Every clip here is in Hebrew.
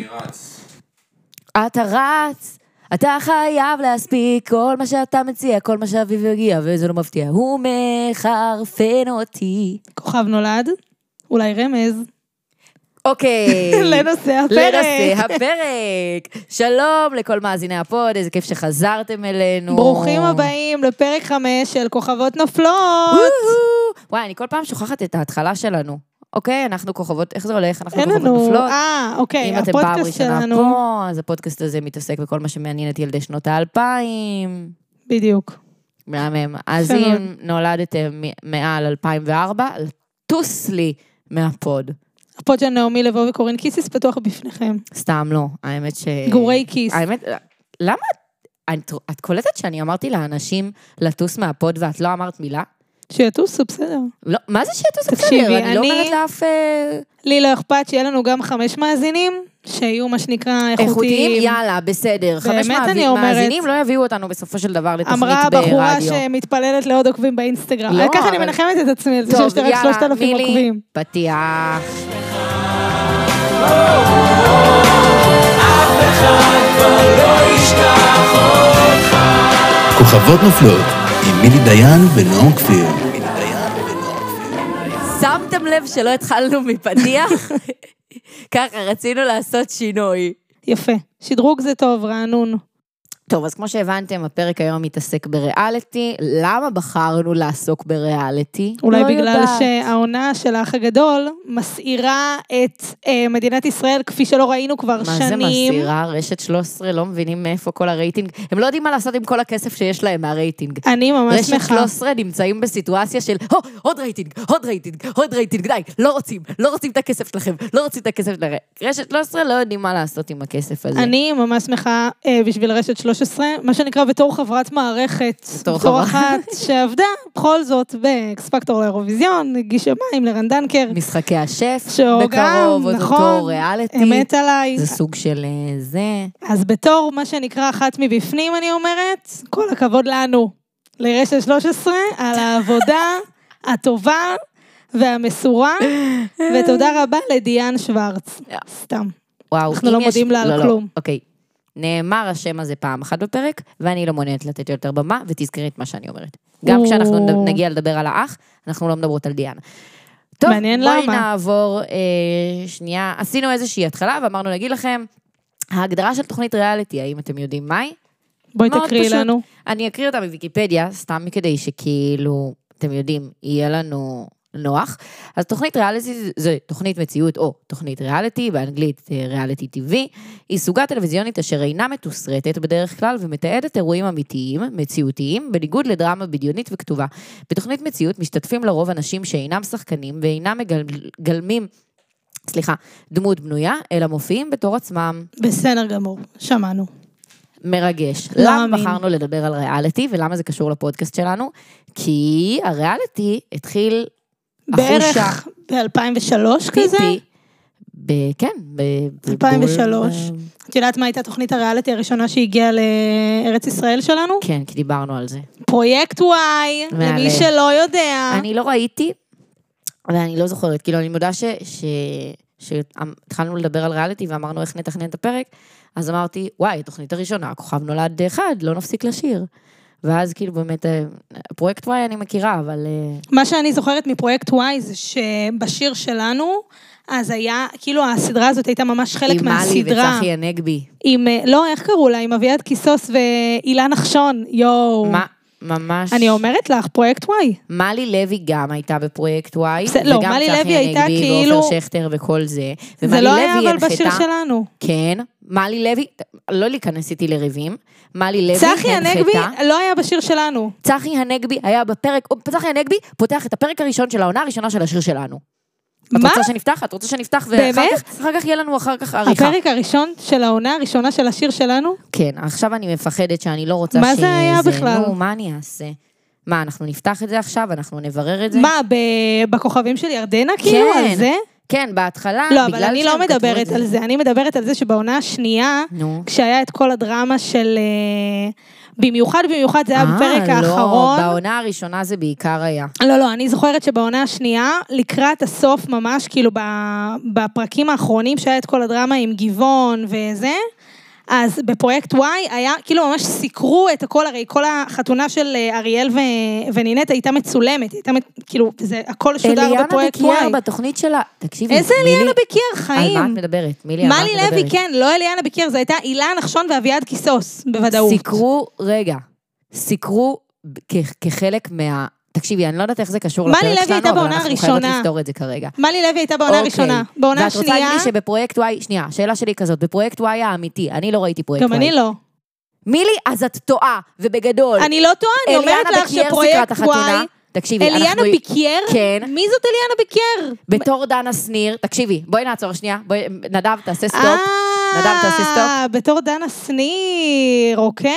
אני רץ. אתה רץ, אתה חייב להספיק כל מה שאתה מציע, כל מה שאביב יגיע, וזה לא מפתיע. הוא מחרפן אותי. כוכב נולד, אולי רמז. אוקיי. לנושא הפרק. לנושא הפרק. שלום לכל מאזיני הפוד, איזה כיף שחזרתם אלינו. ברוכים הבאים לפרק 5 של כוכבות נופלות. וואי, אני כל פעם שוכחת את ההתחלה שלנו. אוקיי, אנחנו כוכבות, איך זה הולך? אנחנו אין כוכבות לנו, נופלות. אוקיי, אם אתם פעם הפודקאסט ראשונה שלנו. פה, אז הפודקאסט הזה מתעסק בכל מה שמעניין את ילדי שנות ה-2000. בדיוק. מהמם. אז אם נולדתם מעל 2004, טוס לי מהפוד. הפוד של נעמי לבוא וקורין קיסיס פתוח בפניכם. סתם לא, האמת ש... גורי כיס. האמת, למה? את קולטת שאני אמרתי לאנשים לטוס מהפוד ואת לא אמרת מילה? שיטוסו, בסדר. לא, מה זה שיטוסו בסדר? תקשיבי, אני לא אומרת לאף... לי לא אכפת שיהיה לנו גם 5 מאזינים, שיהיו מה שנקרא איכותיים. יאללה, בסדר. 5 אני אומרת- מאזינים לא יביאו אותנו בסופו של דבר לתוכנית אמרה ברדיו. הבחורה שמתפללת לעוד עוקבים באינסטגרם. לא, ככה אני אבל- מנחמת את עצמי, על זה טוב, שיש לי רק יאללה, 3,000 מילי, עוקבים. פתיח. כוכבות נופלות עם מילי דיין ונועם כפיר. שמתם לב שלא התחלנו מפתיח? ככה, רצינו לעשות שינוי. יפה. שדרוג זה טוב, רענון. טוב, אז כמו שהבנתם, הפרק היום מתעסק בריאליטי. למה בחרנו לעסוק בריאליטי? אולי לא בגלל יודעת. שהעונה של האח הגדול מסעירה את מדינת ישראל כפי שלא ראינו כבר מה זה שנים. מסעירה? רשת 13, לא מבינים מאיפה כל הרייטינג. הם לא יודעים מה לעשות עם כל הכסף שיש להם מהרייטינג. אני ממש רשת שמחה. 13 נמצאים בסיטואציה של, עוד רייטינג, עוד רייטינג, עוד רייטינג, די, לא רוצים את הכסף שלכם, לא רוצים את הכסף שלכם. רשת 13 לא יודעים מה לעשות עם הכסף הזה. אני ממש שמחה בשביל רשת 13, מה שנקרא בתור חברת מערכת, בתור אחת שעבדה, בכל זאת, באקספקטור לאירוויזיון, הגישה מים לרן דנקר, משחקי השף, שגם, בקרוב, עוד נכון, אותו ריאליטי. אמת עליי. זה סוג של זה. אז בתור מה שנקרא אחת מבפנים, אני אומרת, כל הכבוד לנו, לרשת 13, על העבודה הטובה והמסורה, ותודה רבה לדיאן שוורץ. סתם. וואו, אנחנו לא מודים לה על כלום. אוקיי. נאמר השם הזה פעם אחת בפרק, ואני לא מעוניינת לתת יותר במה, ותזכרי את מה שאני אומרת. גם כשאנחנו נגיע לדבר על האח, אנחנו לא מדברות על דיאנה. טוב, מעניין בואי למה. נעבור שנייה. עשינו איזושהי התחלה, ואמרנו נגיד לכם, ההגדרה של תוכנית ריאליטי, האם אתם יודעים מהי? בואי מאוד תקריאי פשוט. לנו. אני אקריא אותה בוויקיפדיה, סתם מכדי שכאילו, אתם יודעים, יהיה לנו נוח. אז תוכנית ריאליטי זה תוכנית מציאות או תוכנית ריאליטי, באנגלית ריאליטי טבעי, היא סוגה טלוויזיונית אשר אינה מתוסרטת בדרך כלל ומתעדת אירועים אמיתיים, מציאותיים, בניגוד לדרמה בדיונית וכתובה. בתוכנית מציאות משתתפים לרוב אנשים שאינם שחקנים ואינם מגלמים, דמות בנויה, אלא מופיעים בתור עצמם. בסדר גמור, שמענו. מרגש. לא למה מאמין. בחרנו לדבר על ריאליטי, ולמה זה קשור לפודקאסט שלנו? כי הריאליטי התחיל בערך ב-2003 כזה? כן, 2003. את יודעת מה הייתה תוכנית הריאליטי הראשונה שהגיעה לארץ ישראל שלנו? כן, כי דיברנו על זה. פרויקט וואי, מעלה. למי שלא יודע. אני לא ראיתי, ואני לא זוכרת, כאילו אני מודה שהתחלנו לדבר על ריאליטי, ואמרנו איך נתכנן את הפרק, אז אמרתי, וואי, התוכנית הראשונה, כוכב נולד אחד, לא נפסיק לשיר. ואז כאילו באמת, פרויקט וואי אני מכירה, אבל... מה שאני זוכרת מפרויקט וואי זה שבשיר שלנו, אז היה, כאילו הסדרה הזאת הייתה ממש חלק מהסדרה. עם מאלי וצחי הנגבי. לא, איך קראו לה? עם אביעד קיסוס ואילן נחשון, יואו. מה? ממש... אני אומרת לך, פרויקט וואי. מאלי לוי גם הייתה בפרויקט וואי. לא, מאלי לוי הייתה כאילו... ועופר שכטר וכל זה. זה לא היה אבל בשיר שלנו. כן, מאלי לוי, לא להיכנס איתי לריבים, מאלי לוי הנחתה. צחי הנגבי לא היה בשיר שלנו. צחי הנגבי היה בפרק, צחי הנגבי פותח את הפרק הראשון של העונה הראשונה של השיר שלנו. מה? את רוצה שנפתח? באמת? אחר כך יהיה לנו עריכה. הפרק הראשון של העונה הראשונה של השיר שלנו? כן, עכשיו אני מפחדת שאני לא רוצה מה זה היה בכלל? נו, מה אני אעשה? מה, אנחנו נפתח את זה עכשיו, אנחנו נברר את זה? מה, בכוכבים של ירדנה כאילו על זה? כן, בהתחלה, לא, אבל אני לא מדברת על זה, אני מדברת על זה שבעונה השנייה, כשהיה את כל הדרמה של... במיוחד זה היה בפרק האחרון. לא, בעונה הראשונה זה בעיקר היה. לא, אני זוכרת שבעונה השנייה, לקראת הסוף ממש, כאילו בפרקים האחרונים שהיה את כל הדרמה עם גיוון וזה, אז בפרויקט Y היה, כאילו ממש סיקרו את הכל, הרי כל החתונה של אריאל ונינט הייתה מצולמת, הייתה, כאילו, זה הכל שודר בפרויקט Y. אליאנה בקייר בתוכנית שלה, תקשיבי. איזה אליאנה בקייר, חיים? על מה את מדברת? מלי לוי, כן, לא אליאנה בקייר, זה הייתה אילה נחשון ואביעד כיסוס, בוודאות. סיקרו כחלק מה... תקשיבי, אני לא יודעת איך זה קשור לפרק שלנו, אבל אנחנו חייבות לפתור את זה כרגע. מלי לוי הייתה בעונה הראשונה. בעונה השנייה... ואת רוצה להגיד לי שבפרויקט Y, שנייה, השאלה שלי כזאת, בפרויקט Y האמיתי, אני לא ראיתי פרויקט Y. גם אני לא. מילי, אז את טועה, ובגדול. אני לא טועה, אני אומרת לך שפרויקט Y... תקשיבי, אליאנה בקייר? כן. מי זאת אליאנה בקייר? בתור דנה שניר, תקשיבי, בואי נעצור שנייה, נדב, תעשה סטופ. בתור דנה שניר,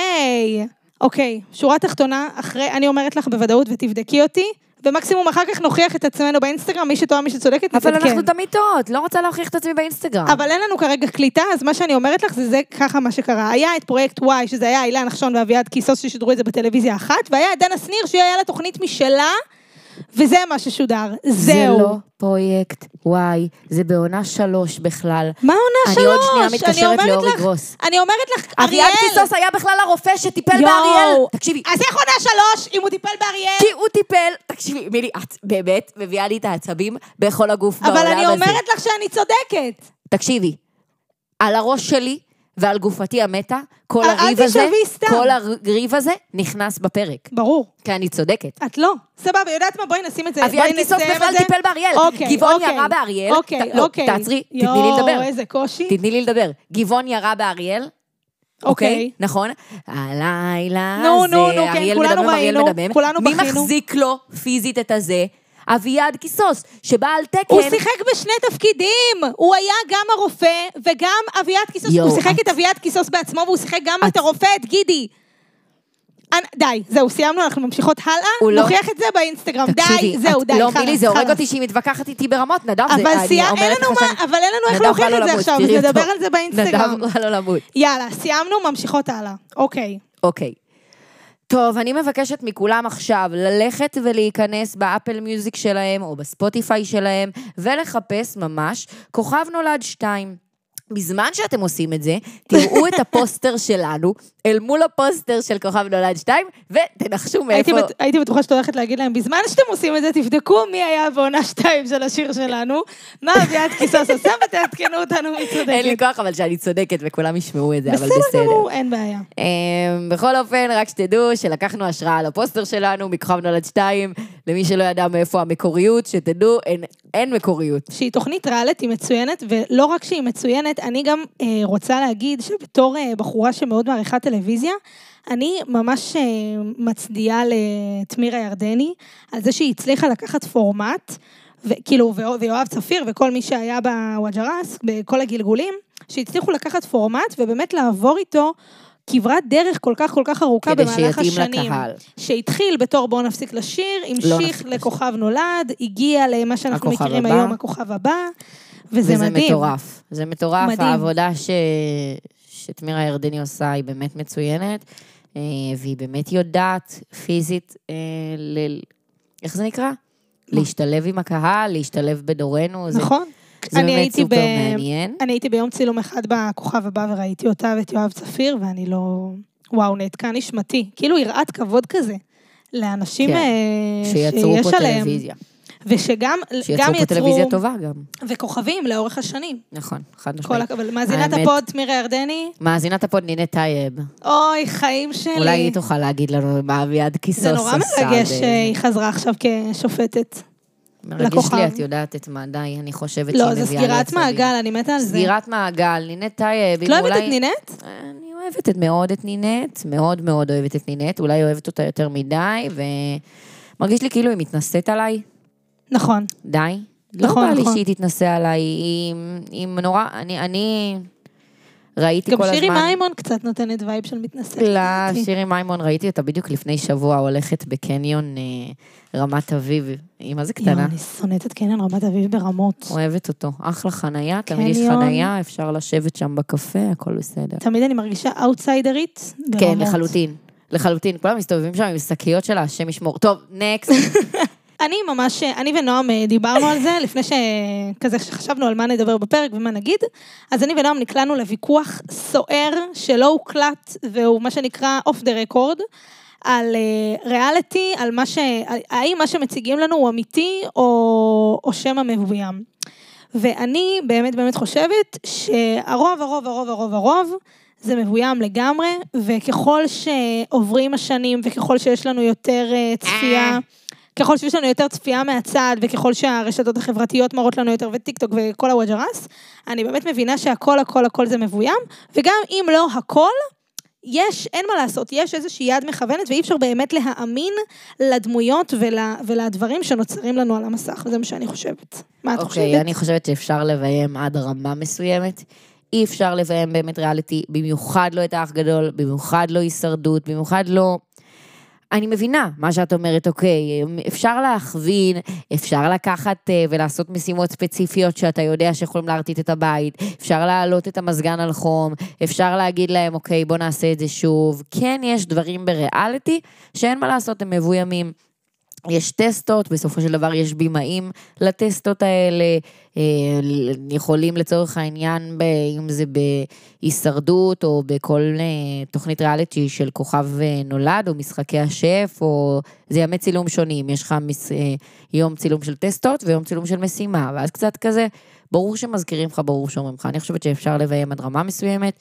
אוקיי, שורה תחתונה, אני אומרת לך בוודאות ותבדקי אותי, ומקסימום אחר כך נוכיח את עצמנו באינסטגרם, מי שטועה, מי שצודקת, נתעדכן. אבל אנחנו תמיד טועות, לא רוצה להוכיח את עצמי באינסטגרם. אבל אין לנו כרגע קליטה, אז מה שאני אומרת לך זה ככה מה שקרה. היה את פרויקט Y, שזה היה אילה נחשון ואביעד כיסוס ששדרו את זה בטלוויזיה אחת, והיה את דנה שניר שהיה לה תוכנית משלה, וזה מה ששודר. זהו. זה לא פרויקט Y, זה בעונה 3 בכלל. מה עונה 3? אני עוד שנייה מתקשרת לאורי גרוס. אני אומרת לך, אריאל. אביעד כיסוס היה בכלל הרופא שטיפל באריאל. תקשיבי. אז איך עונה 3 אם הוא טיפל באריאל? כי הוא טיפל, תקשיבי, מילי, את באמת מביאה לי את העצבים בכל הגוף בעולם הזה. אבל אני אומרת לך שאני צודקת. תקשיבי, על הראש שלי ועל גופתי המתה, כל הריב הזה נכנס בפרק. ברור. כי אני צודקת. את לא. סבבה, יודעת מה? בואי נשים את זה. אביעד כיסוס בכלל טיפל באריאל. גיוון ירה באריאל. לא, תעצרי, תתני לי לדבר. איזה קושי. תתני לי לדבר. גיוון ירה באריאל. אוקיי, נכון? הלילה זה, אריאל מדמם, אריאל מדמם. מי מחזיק לו פיזית את הזה? אביעד כיסוס, שבא על תקן... הוא שיחק בשני תפקידים, הוא היה גם הרופא וגם אביעד כיסוס, הוא שיחק את אביעד כיסוס בעצמו, והוא שיחק גם את הרופא, את גידי. די, זהו, סיימנו, אנחנו ממשיכות הלאה, נוכיח את זה באינסטגרם, די, זהו, די, לא, מילי, זה הורג אותי שהיא מתווכחת איתי ברמות, נדב, אבל אין לנו איך להוכיח את זה עכשיו, אז נדבר על זה באינסטגרם. נדב לא למות. יאללה, סיימנו, ממשיכות הלאה. אוקיי. טוב, אני מבקשת מכולם עכשיו ללכת ולהיכנס באפל מיוזיק שלהם או בספוטיפיי שלהם ולחפש ממש כוכב נולד 2. בזמן שאתם עושים את זה, תראו את הפוסטר שלנו אל מול הפוסטר של כוכב נולד 2 ותנחשו מאיפה... הייתי בטוחה שאת הולכת להגיד להם, בזמן שאתם עושים את זה, תבדקו מי היה בעונה 2 של השיר שלנו, מה אביעד כיסוס עושה ותעדכנו אותנו מי צודקת. אין לי כוח, אבל שאני צודקת וכולם ישמעו את זה, אבל בסדר. בסדר, אין בעיה. בכל אופן, רק שתדעו שלקחנו השראה על הפוסטר שלנו, מכוכב נולד 2, למי שלא ידע מאיפה המקוריות, שתדעו, אין מקוריות. שהיא תוכנית ריאליטי מצוינת, ולא רק שהיא מצוינת, אני גם רוצה להגיד שבתור בחורה שמאוד מעריכה טלוויזיה, אני ממש מצדיעה לתמירה ירדני, על זה שהיא הצליחה לקחת פורמט, וכאילו, ויואב צפיר וכל מי שהיה בוואג'רס, בכל הגלגולים, שהצליחו לקחת פורמט, ובאמת לעבור איתו כברת דרך כל כך ארוכה במהלך השנים. שהתחיל בתור בואו נפסיק לשיר, המשיך לכוכב נולד, הגיע למה שאנחנו מכירים היום, הכוכב הבא, וזה מדהים. מטורף. זה מטורף, העבודה שתמירה ירדני עושה היא באמת מצוינת, והיא באמת יודעת פיזית, איך זה נקרא? להשתלב עם הקהל, להשתלב בדורנו. נכון. זה באמת סופר מעניין. אני הייתי ביום צילום אחד בכוכב הבא, וראיתי אותה ואת יואב צפיר, ואני לא... וואו, נעתקה נשמתי. כאילו יראת כבוד כזה, לאנשים שיצרו פה טלוויזיה. ושגם שיצרו פה טלוויזיה טובה גם. וכוכבים לאורך השנים. נכון, חד משמעית. אבל מאזינת הפוד תמירה ירדני? מאזינת הפוד נינט טייב. אוי, חיים שלי. אולי היא תוכל להגיד לנו מה אביעד כיסוס עשה. זה נורא מרגש שהיא חזרה עכשיו כשופטת. מרגש לי, את יודעת את מה, די, אני חושבת שהיא לא, מביאה זה סגירת מעגל, אני מתה על זה. סגירת מעגל, נינט טייב. לא אוהבת את נינט? אני אוהבת מאוד את נינט, מאוד אוהבת את נינט, אולי אוהבת אותה יותר מדי, ומרגיש לי כאילו היא מתנשאת עליי. נכון. די. לא בא לי שהיא תתנסה עליי, היא נורא, ראיתי כל הזמן... גם שירי מימון קצת נותנת וייב של מתנשאת. לא, שירי מימון, ראיתי אותה בדיוק לפני שבוע, הולכת בקניון רמת אביב. היא מה זה קטנה? אני שונאת את קניון רמת אביב ברמות. אוהבת אותו. אחלה חנייה, תמיד יש חנייה, אפשר לשבת שם בקפה, הכל בסדר. תמיד אני מרגישה אאוטסיידרית ברמות. כן, לחלוטין. לחלוטין. כולם מסתובבים שם עם שקיות שלה, השם ישמור. טוב, נקסט. אני ונועם דיברנו על זה, לפני שכזה שחשבנו על מה נדבר בפרק ומה נגיד, אז אני ונועם נקלענו לוויכוח סוער שלא הוקלט, והוא מה שנקרא off the record, על ריאליטי, על האם מה שמציגים לנו הוא אמיתי או שם המבוים. ואני באמת חושבת שהרוב זה מבוים לגמרי, וככל שעוברים השנים, וככל שיש לנו יותר צפייה, ככל שיש לנו יותר צפייה מהצד, וככל שהרשתות החברתיות מראות לנו יותר, וטיקטוק וכל הוואג'רס, אני באמת מבינה שהכל זה מבוים, וגם אם לא הכל, אין מה לעשות, יש איזושהי יד מכוונת, ואי אפשר באמת להאמין לדמויות ולדברים שנוצרים לנו על המסך, וזה מה שאני חושבת. מה את חושבת? אוקיי, אני חושבת שאפשר לביים עד רמה מסוימת, אי אפשר לביים באמת ריאליטי, במיוחד לא את האח גדול, במיוחד לא הישרדות, במיוחד לא... אני מבינה מה שאת אומרת, אוקיי, אפשר להכווין, אפשר לקחת ולעשות משימות ספציפיות שאתה יודע שיכולים להרטיט את הבית, אפשר להעלות את המזגן על חום, אפשר להגיד להם, אוקיי, בוא נעשה את זה שוב. כן, יש דברים בריאליטי שאין מה לעשות, הם מבוימים. יש טסטות, בסופו של דבר יש בימאים לטסטות האלה, יכולים לצורך העניין, אם זה בהישרדות, או בכל תוכנית ריאליטי של כוכב נולד, או משחקי השף, או זה ימי צילום שונים, יש לך יום צילום של טסטות, ויום צילום של משימה, ואז קצת כזה, ברור שמזכירים לך, ברור שאומרים לך, אני חושבת שאפשר לביים עד רמה מסוימת.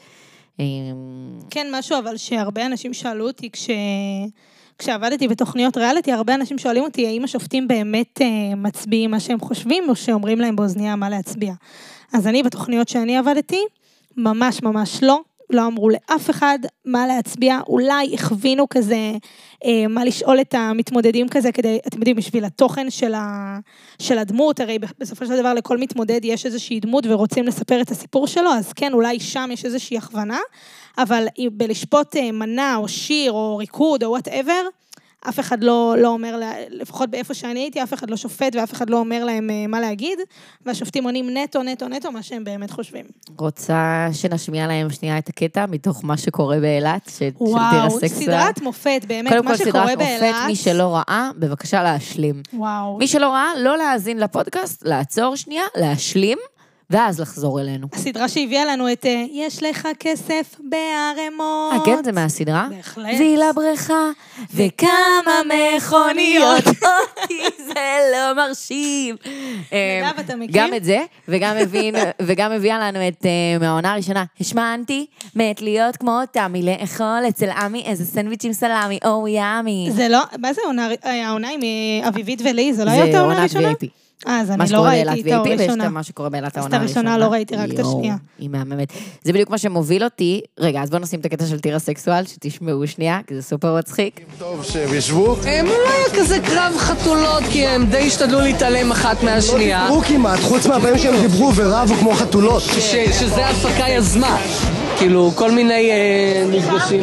כן, משהו, אבל שהרבה אנשים שאלו אותי, כשעבדתי בתוכניות ריאליטי, הרבה אנשים שואלים אותי, האם השופטים באמת מצביעים מה שהם חושבים, או שאומרים להם באוזניה מה להצביע. אז אני בתוכניות שאני עבדתי, ממש לא אמרו לאף אחד מה להצביע, אולי הכווינו כזה, מה לשאול את המתמודדים כזה, כדי, אתם יודעים, בשביל התוכן של הדמות, הרי בסופו של דבר לכל מתמודד יש איזושהי דמות, ורוצים לספר את הסיפור שלו, אז כן, אולי שם יש איזושהי הכוונה, אבל בלשפוט מנה או שיר או ריקוד או whatever, אף אחד לא אומר, לפחות באיפה שאני הייתי, אף אחד לא שופט ואף אחד לא אומר להם מה להגיד, והשופטים עונים נטו מה שהם באמת חושבים. רוצה שנשמיע להם שנייה את הקטע מתוך מה שקורה באילת, של טירה סקסואל. סדרת מופת, באמת, מה שקורה באילת. קודם כל סדרת מופת, מי שלא ראה, בבקשה להשלים. וואו. מי שלא ראה, לא להאזין לפודקאסט, לעצור שנייה, להשלים, ואז לחזור אלינו. הסדרה שהביאה לנו את יש לך כסף בערימות. כן, זה מהסדרה? בהחלט. וילה בריכה, וכמה מכוניות. זה לא מרשים. נדב, אתה מכיר? גם את זה, וגם הביאה לנו את מהעונה הראשונה. השמנתי, מת להיות כמו תמי, לאכול אצל עמי איזה סנדוויץ' עם סלמי, או ימי. זה לא, מה זה העונה עם אביבית ולי? זה לא היה את העונה הראשונה? זה עונת VIP. אז אני לא ראיתי את הראשונה. מה שקורה באילת העונה את הראשונה לא ראיתי, רק את השנייה. היא מהממת. זה בדיוק מה שמוביל אותי. רגע, אז בוא נשים את הקטע של טירה סקסואל, שתשמעו שנייה, כי זה סופר מצחיק. טוב שהם ישבו. הם לא היה כזה קרב חתולות, כי הם די השתדלו להתעלם אחת מהשנייה. לא דיברו כמעט, חוץ מהפעמים שהם דיברו ורבו כמו חתולות. שזה הפקה יזמה. כאילו, כל מיני נפגשים...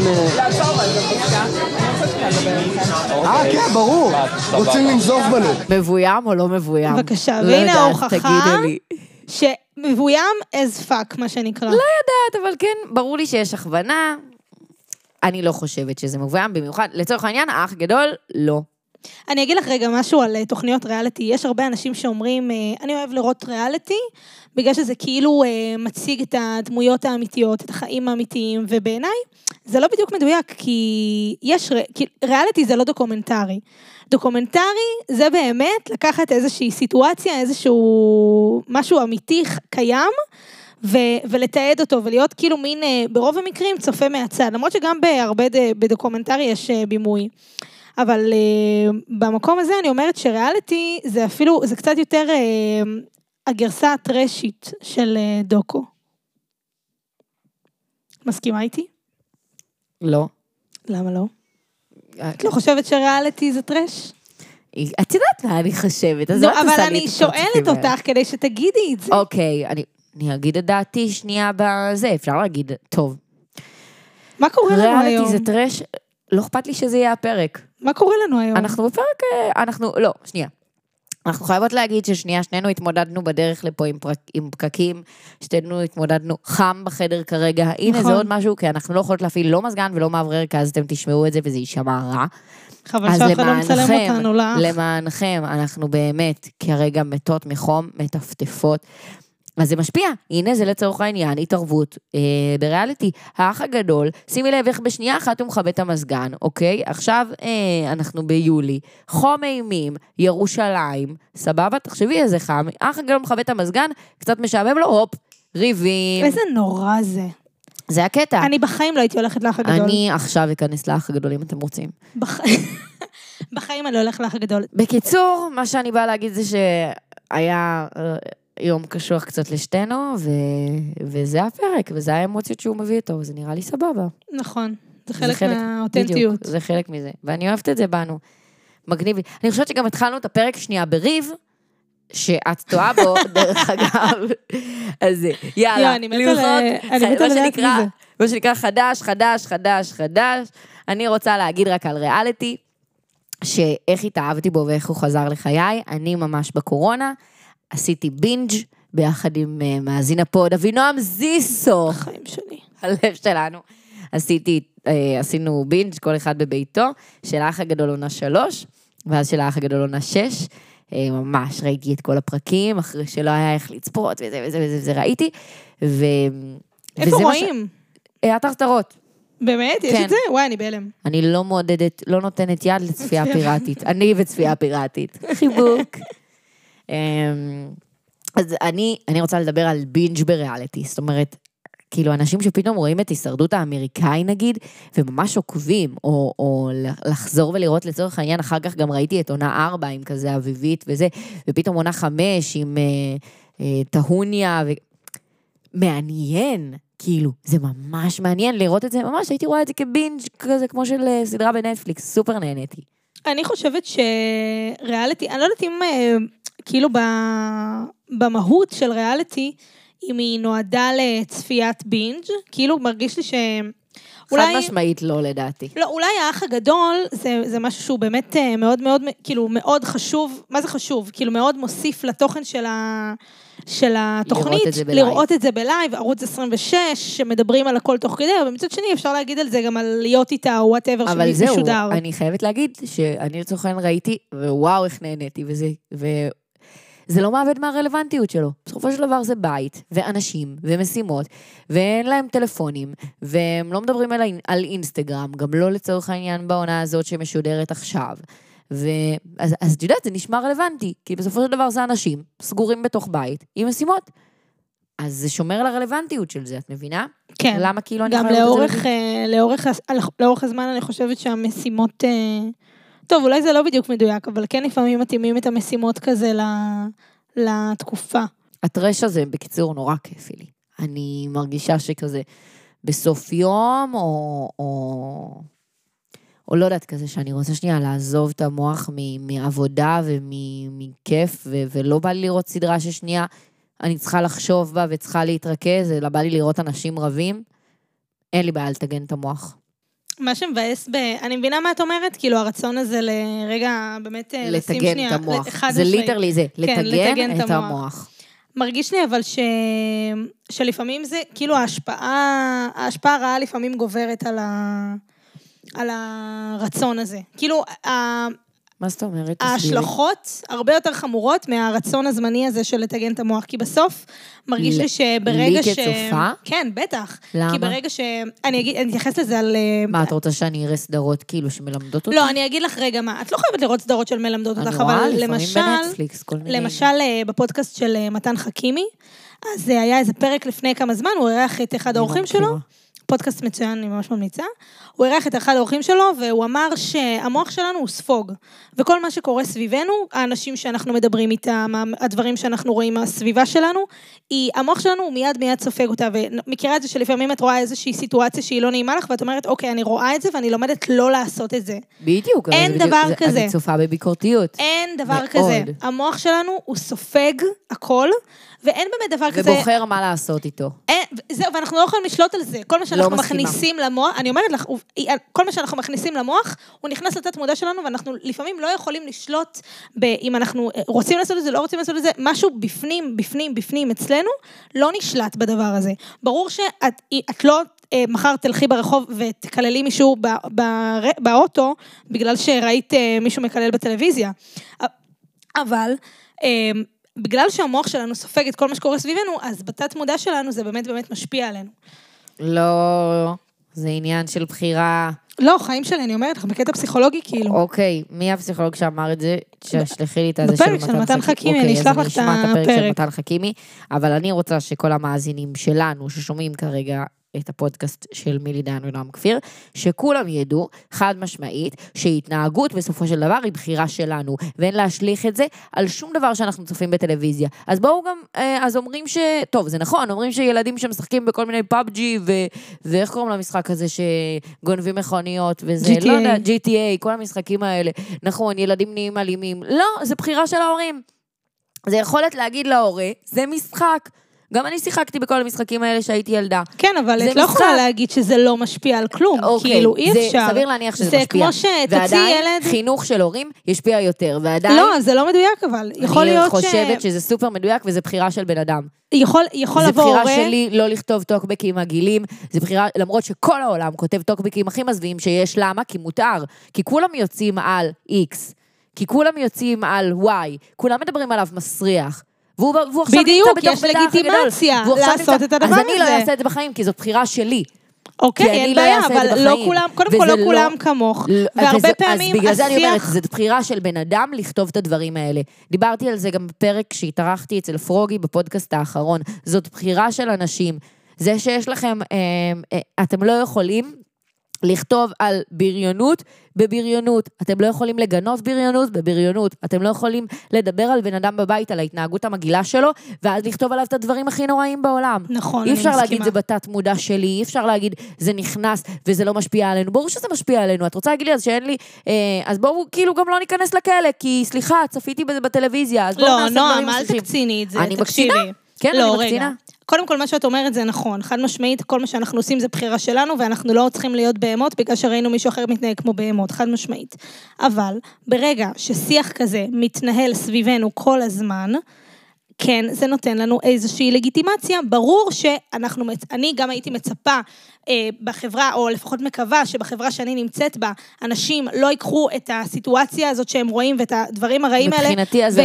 כן, ברור. רוצים לנזוף בנו. מבוים או לא מבוים? בבקשה, והנה ההוכחה שמבוים as fuck, מה שנקרא. לא יודעת, אבל כן, ברור לי שיש הכוונה. אני לא חושבת שזה מבוים, במיוחד, לצורך העניין, האח גדול, לא. אני אגיד לך רגע משהו על תוכניות ריאליטי. יש הרבה אנשים שאומרים, אני אוהב לראות ריאליטי, בגלל שזה כאילו מציג את הדמויות האמיתיות, את החיים האמיתיים, ובעיניי זה לא בדיוק מדויק, כי ריאליטי זה לא דוקומנטרי. דוקומנטרי זה באמת לקחת איזושהי סיטואציה, איזשהו משהו אמיתי קיים, ולתעד אותו, ולהיות כאילו מין, ברוב המקרים, צופה מהצד, למרות שגם בהרבה בדוקומנטרי יש בימוי. אבל במקום הזה אני אומרת שריאליטי זה אפילו, זה קצת יותר הגרסה הטרשית של דוקו. מסכימה איתי? לא. למה לא? את לא חושבת שריאליטי זה טרש? את יודעת מה אני חושבת, אז אבל אני שואלת אותך כדי שתגידי את זה. אוקיי, אני אגיד את דעתי שנייה בזה, אפשר להגיד, טוב. מה קורה לנו היום? ריאליטי זה טרש, לא אכפת לי שזה יהיה הפרק. מה קורה לנו היום? אנחנו בפרק, לא, שנייה. אנחנו חייבות להגיד שנינו התמודדנו בדרך לפה עם פקקים, שנינו התמודדנו חם בחדר כרגע, הנה זה עוד משהו, כי אנחנו לא יכולות להפעיל לא מזגן ולא מאוורר, כי אז אתם תשמעו את זה וזה יישמע רע. חבל שאף אחד לא מצלם אותנו לך. למענכם, אנחנו באמת כרגע מתות מחום, מטפטפות, אז זה משפיע, הנה זה לצורך העניין, התערבות בריאליטי, האח הגדול, שימי לב איך בשנייה אחת הוא מכבה את המזגן, אוקיי? עכשיו אנחנו ביולי, חום אימים, ירושלים, סבבה? תחשבי איזה חם, האח הגדול מכבה את המזגן, קצת משעמם לו, הופ, ריבים. איזה נורא זה. זה הקטע. אני בחיים לא הייתי הולכת לאח הגדול. אני עכשיו אכנס לאח הגדול אם אתם רוצים. בחיים אני לא הולכת לאח הגדול. בקיצור, מה שאני באה להגיד זה שהיה יום קשוח קצת לשתינו, וזה הפרק, וזה האמוציות שהוא מביא איתו, וזה נראה לי סבבה. נכון, זה חלק מהאותנטיות. בדיוק, זה חלק מזה, ואני אוהבת את זה בנו. מגניב. אני חושבת שגם התחלנו את הפרק שנייה בריב, שאת טועה בו, דרך אגב. אז יאללה, אני מתה לדעת מזה. מה שנקרא חדש. אני רוצה להגיד רק על ריאליטי, שאיך התאהבתי בו ואיך הוא חזר לחיי. אני ממש בקורונה, עשיתי בינג' ביחד עם מאזין הפוד, אבינועם זיסו. החיים שלי. הלב שלנו. עשינו בינג' כל אחד בביתו, של האח הגדול עונה 3, ואז של האח הגדול עונה 6, ממש ראיתי את כל הפרקים, אחרי שלא היה איך לצפות, וזה ראיתי, איפה רואים? אתר סדרות. באמת? יש את זה? וואי, אני בהלם. אני לא מעודדת, לא נותנת יד לצפייה פיראטית. אני וצפייה פיראטית. חיבוק. אז אני רוצה לדבר על בינג' בריאליטי, זאת אומרת, כאילו אנשים שפתאום רואים את הישרדות האמריקאי נגיד, וממש עוקבים, או לחזור ולראות לצורך העניין, אחר כך גם ראיתי את עונה 4 עם כזה אביבית וזה, ופתאום עונה 5 עם טהוניה, מעניין, כאילו, זה ממש מעניין לראות את זה, ממש הייתי רואה את זה כבינג' כזה, כמו של סדרה בנטפליקס, סופר נהניתי. אני חושבת שריאליטי, אני לא יודעת אם כאילו במהות של ריאליטי, אם היא נועדה לצפיית בינג', כאילו מרגיש לי חד משמעית לא לדעתי. לא, אולי האח הגדול זה משהו שהוא באמת מאוד מאוד, כאילו מאוד חשוב, מה זה חשוב? כאילו מאוד מוסיף לתוכן של התוכנית, לראות את זה בלייב, ערוץ 26, שמדברים על הכל תוך כדי, אבל מצד שני אפשר להגיד על זה גם על להיות איתה, או whatever אבל זהו, אני חייבת להגיד שאני לצורכן ראיתי, ווואו איך נהניתי, זה לא מעבד מהרלוונטיות שלו. בסופו של דבר זה בית, ואנשים, ומשימות, ואין להם טלפונים, והם לא מדברים על אינסטגרם, גם לא לצורך העניין בעונה הזאת שמשודרת עכשיו. אז את יודעת, זה נשמע רלוונטי, כי בסופו של דבר זה אנשים סגורים בתוך בית, עם משימות. אז זה שומר על הרלוונטיות של זה, את מבינה? כן. למה כאילו אני גם לאורך הזמן אני חושבת שהמשימות... טוב, אולי זה לא בדיוק מדויק, אבל כן לפעמים מתאימים את המשימות כזה לתקופה. הטרש הזה בקיצור נורא כיפי לי. אני מרגישה שכזה בסוף יום, או לא יודעת כזה, שאני רוצה שנייה לעזוב את המוח מעבודה ומכיף, ולא בא לי לראות סדרה ששנייה, אני צריכה לחשוב בה וצריכה להתרכז, אלא בא לי לראות אנשים רבים, אין לי בעיה לתגן את המוח. מה שמבאס אני מבינה מה את אומרת, כאילו הרצון הזה לרגע באמת לשים שנייה. לתגן את המוח, זה ליטרלי זה, לתגן את המוח. מרגיש לי אבל שלפעמים זה, כאילו ההשפעה הרעה לפעמים גוברת על הרצון הזה. כאילו, מה זאת אומרת? ההשלכות הרבה יותר חמורות מהרצון הזמני הזה של לתגן את המוח, כי בסוף מרגיש לי שברגע לי כצופה? כן, בטח. למה? כי ברגע אני אתייחס לזה על... מה, את רוצה שאני אראה סדרות כאילו שמלמדות אותי? לא, אני אגיד לך רגע מה, את לא חייבת לראות סדרות של מלמדות אותך, אבל למשל בפודקאסט של מתן חכימי, אז היה איזה פרק לפני כמה זמן, הוא ערך את אחד האורחים שלו, פודקאסט מצוין, אני ממש ממליצה, הוא ערך את אחד האורחים שלו, והוא אמר שהמוח שלנו הוא ספוג, וכל מה שקורה סביבנו, האנשים שאנחנו מדברים איתם, הדברים שאנחנו רואים מהסביבה שלנו, המוח שלנו הוא מיד סופג אותה, ומכירה את זה שלפעמים את רואה איזושהי סיטואציה שהיא לא נעימה לך, ואת אומרת, אוקיי, אני רואה את זה, ואני לומדת לא לעשות את זה. בדיוק. אין דבר כזה. אני צופה בביקורתיות. אין דבר כזה. המוח שלנו הוא סופג הכל, ואין באמת דבר כזה... ובוחר מה לעשות איתו. זהו, ואנחנו לא יכולים לשלוט על זה. כל מה שאנחנו מכניסים למוח, אני אומרת לך, כל מה שאנחנו מכניסים למוח, הוא נכנס לתת מודע שלנו, ואנחנו לפעמים לא יכולים לשלוט, אם אנחנו רוצים לעשות את זה, לא רוצים לעשות את זה, משהו בפנים, אצלנו, לא נשלט בדבר הזה. ברור שאת לא מחר תלכי ברחוב ותקללי מישהו באוטו, בגלל שראית מישהו מקלל בטלוויזיה. אבל... בגלל שהמוח שלנו סופג את כל מה שקורה סביבנו, אז בתת מודע שלנו זה באמת משפיע עלינו. לא, זה עניין של בחירה. לא, חיים שלי, אני אומרת לך, בקטע פסיכולוגי כאילו. אוקיי, מי הפסיכולוג שאמר את זה? ששלחי לי את הזה בפרק של מתן חכימי, אני אשלח לך את הפרק. אז אני אשמע את הפרק של מתן חכימי, אבל אני רוצה שכל המאזינים שלנו, ששומעים כרגע את הפודקאסט של מילי דיין ונועם כפיר, שכולם ידעו חד משמעית שהתנהגות בסופו של דבר היא בחירה שלנו, ואין להשליך את זה על שום דבר שאנחנו צופים בטלוויזיה. אז בואו גם, אז אומרים טוב, זה נכון, אומרים שילדים שמשחקים בכל מיני פאבג'י, ואיך קוראים למשחק הזה שגונבים מכוניות, וזה, GTA. לא יודע, GTA, כל המשחקים האלה. נכון, ילדים נהיים אלימים. לא, זה בחירה של ההורים. זה יכולת להגיד להורה, זה משחק. גם אני שיחקתי בכל המשחקים האלה שהייתי ילדה. כן, אבל את לא יכולה להגיד שזה לא משפיע על כלום. כאילו, אי אפשר. זה סביר להניח שזה משפיע. זה כמו שתוציא ילד... ועדיין, חינוך של הורים ישפיע יותר. ועדיין... לא, זה לא מדויק, אבל יכול להיות אני חושבת שזה סופר מדויק, וזה בחירה של בן אדם. יכול לבוא הורה... זה בחירה שלי לא לכתוב טוקבקים מגעילים, זה בחירה, למרות שכל העולם כותב טוקבקים הכי מזווים שיש, למה? כי מותר. כי כולם יוצאים על X. כי כולם יוצאים על Y. כולם מדברים עליו מסריח. והוא עכשיו בדיוק, נמצא בתוך יש לגיטימציה לעשות את הדבר הזה. אז אני לא אעשה את זה בחיים, כי זאת בחירה שלי. אוקיי, אין בעיה, אבל לא כולם, קודם כל לא כולם כמוך, והרבה פעמים אז בגלל זה אני אומרת, זאת בחירה של בן אדם לכתוב את הדברים האלה. דיברתי על זה גם בפרק שהתארחתי אצל פרוגי בפודקאסט האחרון. זאת בחירה של אנשים. זה שיש לכם, אתם לא יכולים לכתוב על בריונות בבריונות. אתם לא יכולים לגנות בריונות בבריונות. אתם לא יכולים לדבר על בן אדם בבית, על ההתנהגות המגעילה שלו, ואז לכתוב עליו את הדברים הכי נוראים בעולם. נכון, אי אפשר להגיד זה בתת מודע שלי, אי אפשר להגיד זה נכנס וזה לא משפיע עלינו. ברור שזה משפיע עלינו. את רוצה להגיד לי אז שאין לי, אז בואו כאילו גם לא ניכנס לכלא, כי סליחה, צפיתי בזה בטלוויזיה, אז בואו נעשה דברים נועם, אל תקציני את זה, אני מקצינה. כן, אני מקצינה. קודם כל, מה שאת אומרת זה נכון. חד משמעית, כל מה שאנחנו עושים זה בחירה שלנו, ואנחנו לא צריכים להיות בהמות, בגלל שראינו מישהו אחר מתנהג כמו בהמות, חד משמעית. אבל, ברגע ששיח כזה מתנהל סביבנו כל הזמן, כן, זה נותן לנו איזושהי לגיטימציה. ברור אני גם הייתי מצפה בחברה, או לפחות מקווה שבחברה שאני נמצאת בה, אנשים לא ייקחו את הסיטואציה הזאת שהם רואים, ואת הדברים הרעים האלה,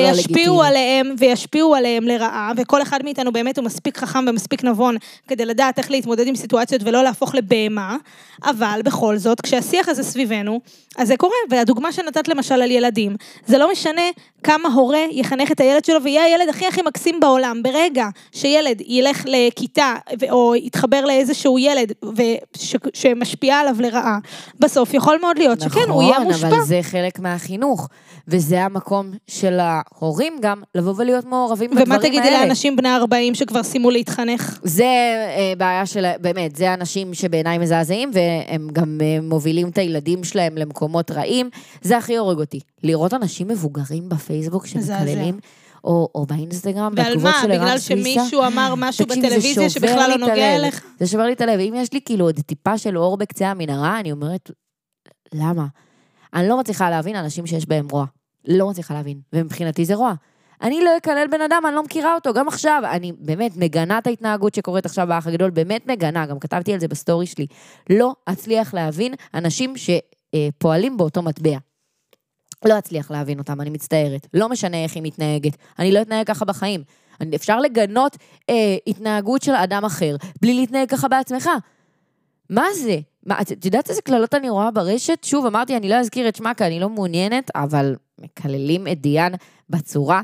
וישפיעו עליהם לרעה, וכל אחד מאיתנו באמת הוא מספיק חכם ומספיק נבון, כדי לדעת איך להתמודד עם סיטואציות, ולא להפוך לבהמה, אבל בכל זאת, כשהשיח הזה סביבנו, אז זה קורה, והדוגמה שנתת למשל על ילדים, זה לא משנה כמה הורה יחנך את הילד שלו, ויהיה הילד הכי מקסים בעולם, ברגע שילד ילך לכיתה, או יתחבר לאיזשהו ילד, שמשפיע עליו לרעה, בסוף יכול מאוד להיות שכן, הוא יהיה מושפע. אבל זה חלק מהחינוך, וזה המקום של ההורים גם, לבוא ולהיות מעורבים בדברים האלה. ומה תגידי לאנשים בני 40 שכבר שימו להתחנך? זה בעיה של, באמת, זה אנשים שבעיניי מזעזעים, והם גם מובילים את הילדים שלהם למקומות רעים, זה הכי הורג אותי. לראות אנשים מבוגרים בפייסבוק שמקללים, או באינסטגרם, בתגובות של בגלל שמישהו אמר משהו בטלוויזיה שבכלל לא נוגע אליך? זה שובר לי את הלב. אם יש לי כאילו עוד טיפה של אור בקצה המנהרה, אני אומרת, למה? אני לא מצליחה להבין אנשים שיש בהם רוע. לא מצליחה להבין. ומבחינתי זה רוע. אני לא אקלל בן אדם, אני לא מכירה אותו. גם עכשיו, אני באמת מגנה את ההתנהגות שקורית עכשיו באח הגדול, באמת מגנה, גם כתבתי על זה בסטורי שלי. לא אצליח להבין אנשים שפועלים באותו מטבע. לא אצליח להבין אותם, אני מצטערת. לא משנה איך היא מתנהגת. אני לא אתנהג ככה בחיים. אפשר לגנות התנהגות של אדם אחר, בלי להתנהג ככה בעצמך. מה זה? את יודעת איזה כללות אני רואה ברשת? שוב, אמרתי, אני לא אזכיר את שמה, כי אני לא מעוניינת, אבל מקללים את דיין בצורה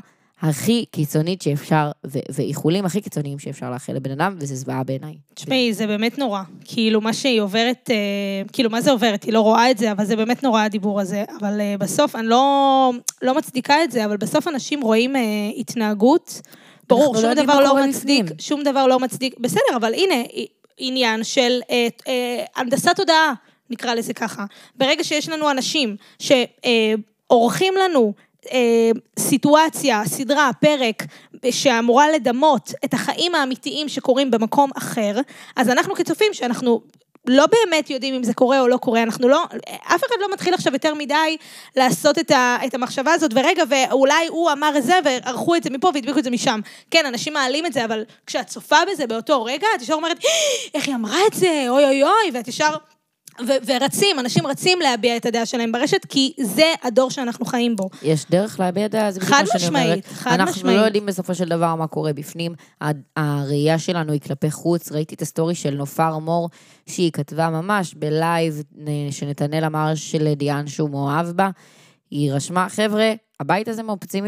הכי קיצונית שאפשר, ואיחולים הכי קיצוניים שאפשר לאחל לבן אדם, וזה זוועה בעיניי. תשמעי, זה באמת נורא. כאילו, מה שהיא עוברת, כאילו, מה זה עוברת? היא לא רואה את זה, אבל זה באמת נורא הדיבור הזה. אבל בסוף, אני לא מצדיקה את זה, אבל בסוף אנשים רואים התנהגות, ברור, שום דבר לא מצדיק, שום דבר לא מצדיק. בסדר, אבל הנה, עניין של הנדסת תודעה, נקרא לזה ככה. ברגע שיש לנו אנשים שעורכים לנו סיטואציה, סדרה, פרק, שאמורה לדמות את החיים האמיתיים שקורים במקום אחר, אז אנחנו כצופים שאנחנו לא באמת יודעים אם זה קורה או לא קורה, אנחנו לא, אף אחד לא מתחיל עכשיו יותר מדי לעשות את המחשבה הזאת, ורגע, ואולי הוא אמר את זה, וערכו את זה מפה והדביקו את זה משם. כן, אנשים מעלים את זה, אבל כשאת צופה בזה באותו רגע, את ישר אומרת, איך היא אמרה את זה, אוי אוי אוי, ואת ישר ורצים, אנשים רצים להביע את הדעה שלהם ברשת, כי זה הדור שאנחנו חיים בו. יש דרך להביע דעה, זה חד משמעית, חד משמעית. אנחנו לא יודעים בסופו של דבר מה קורה בפנים, הראייה שלנו היא כלפי חוץ, ראיתי את הסטורי של נופר מור, שהיא כתבה ממש בלייב, שנתנאל אמר של דיאן שהוא מאוהב בה, היא רשמה, חבר'ה, הבית הזה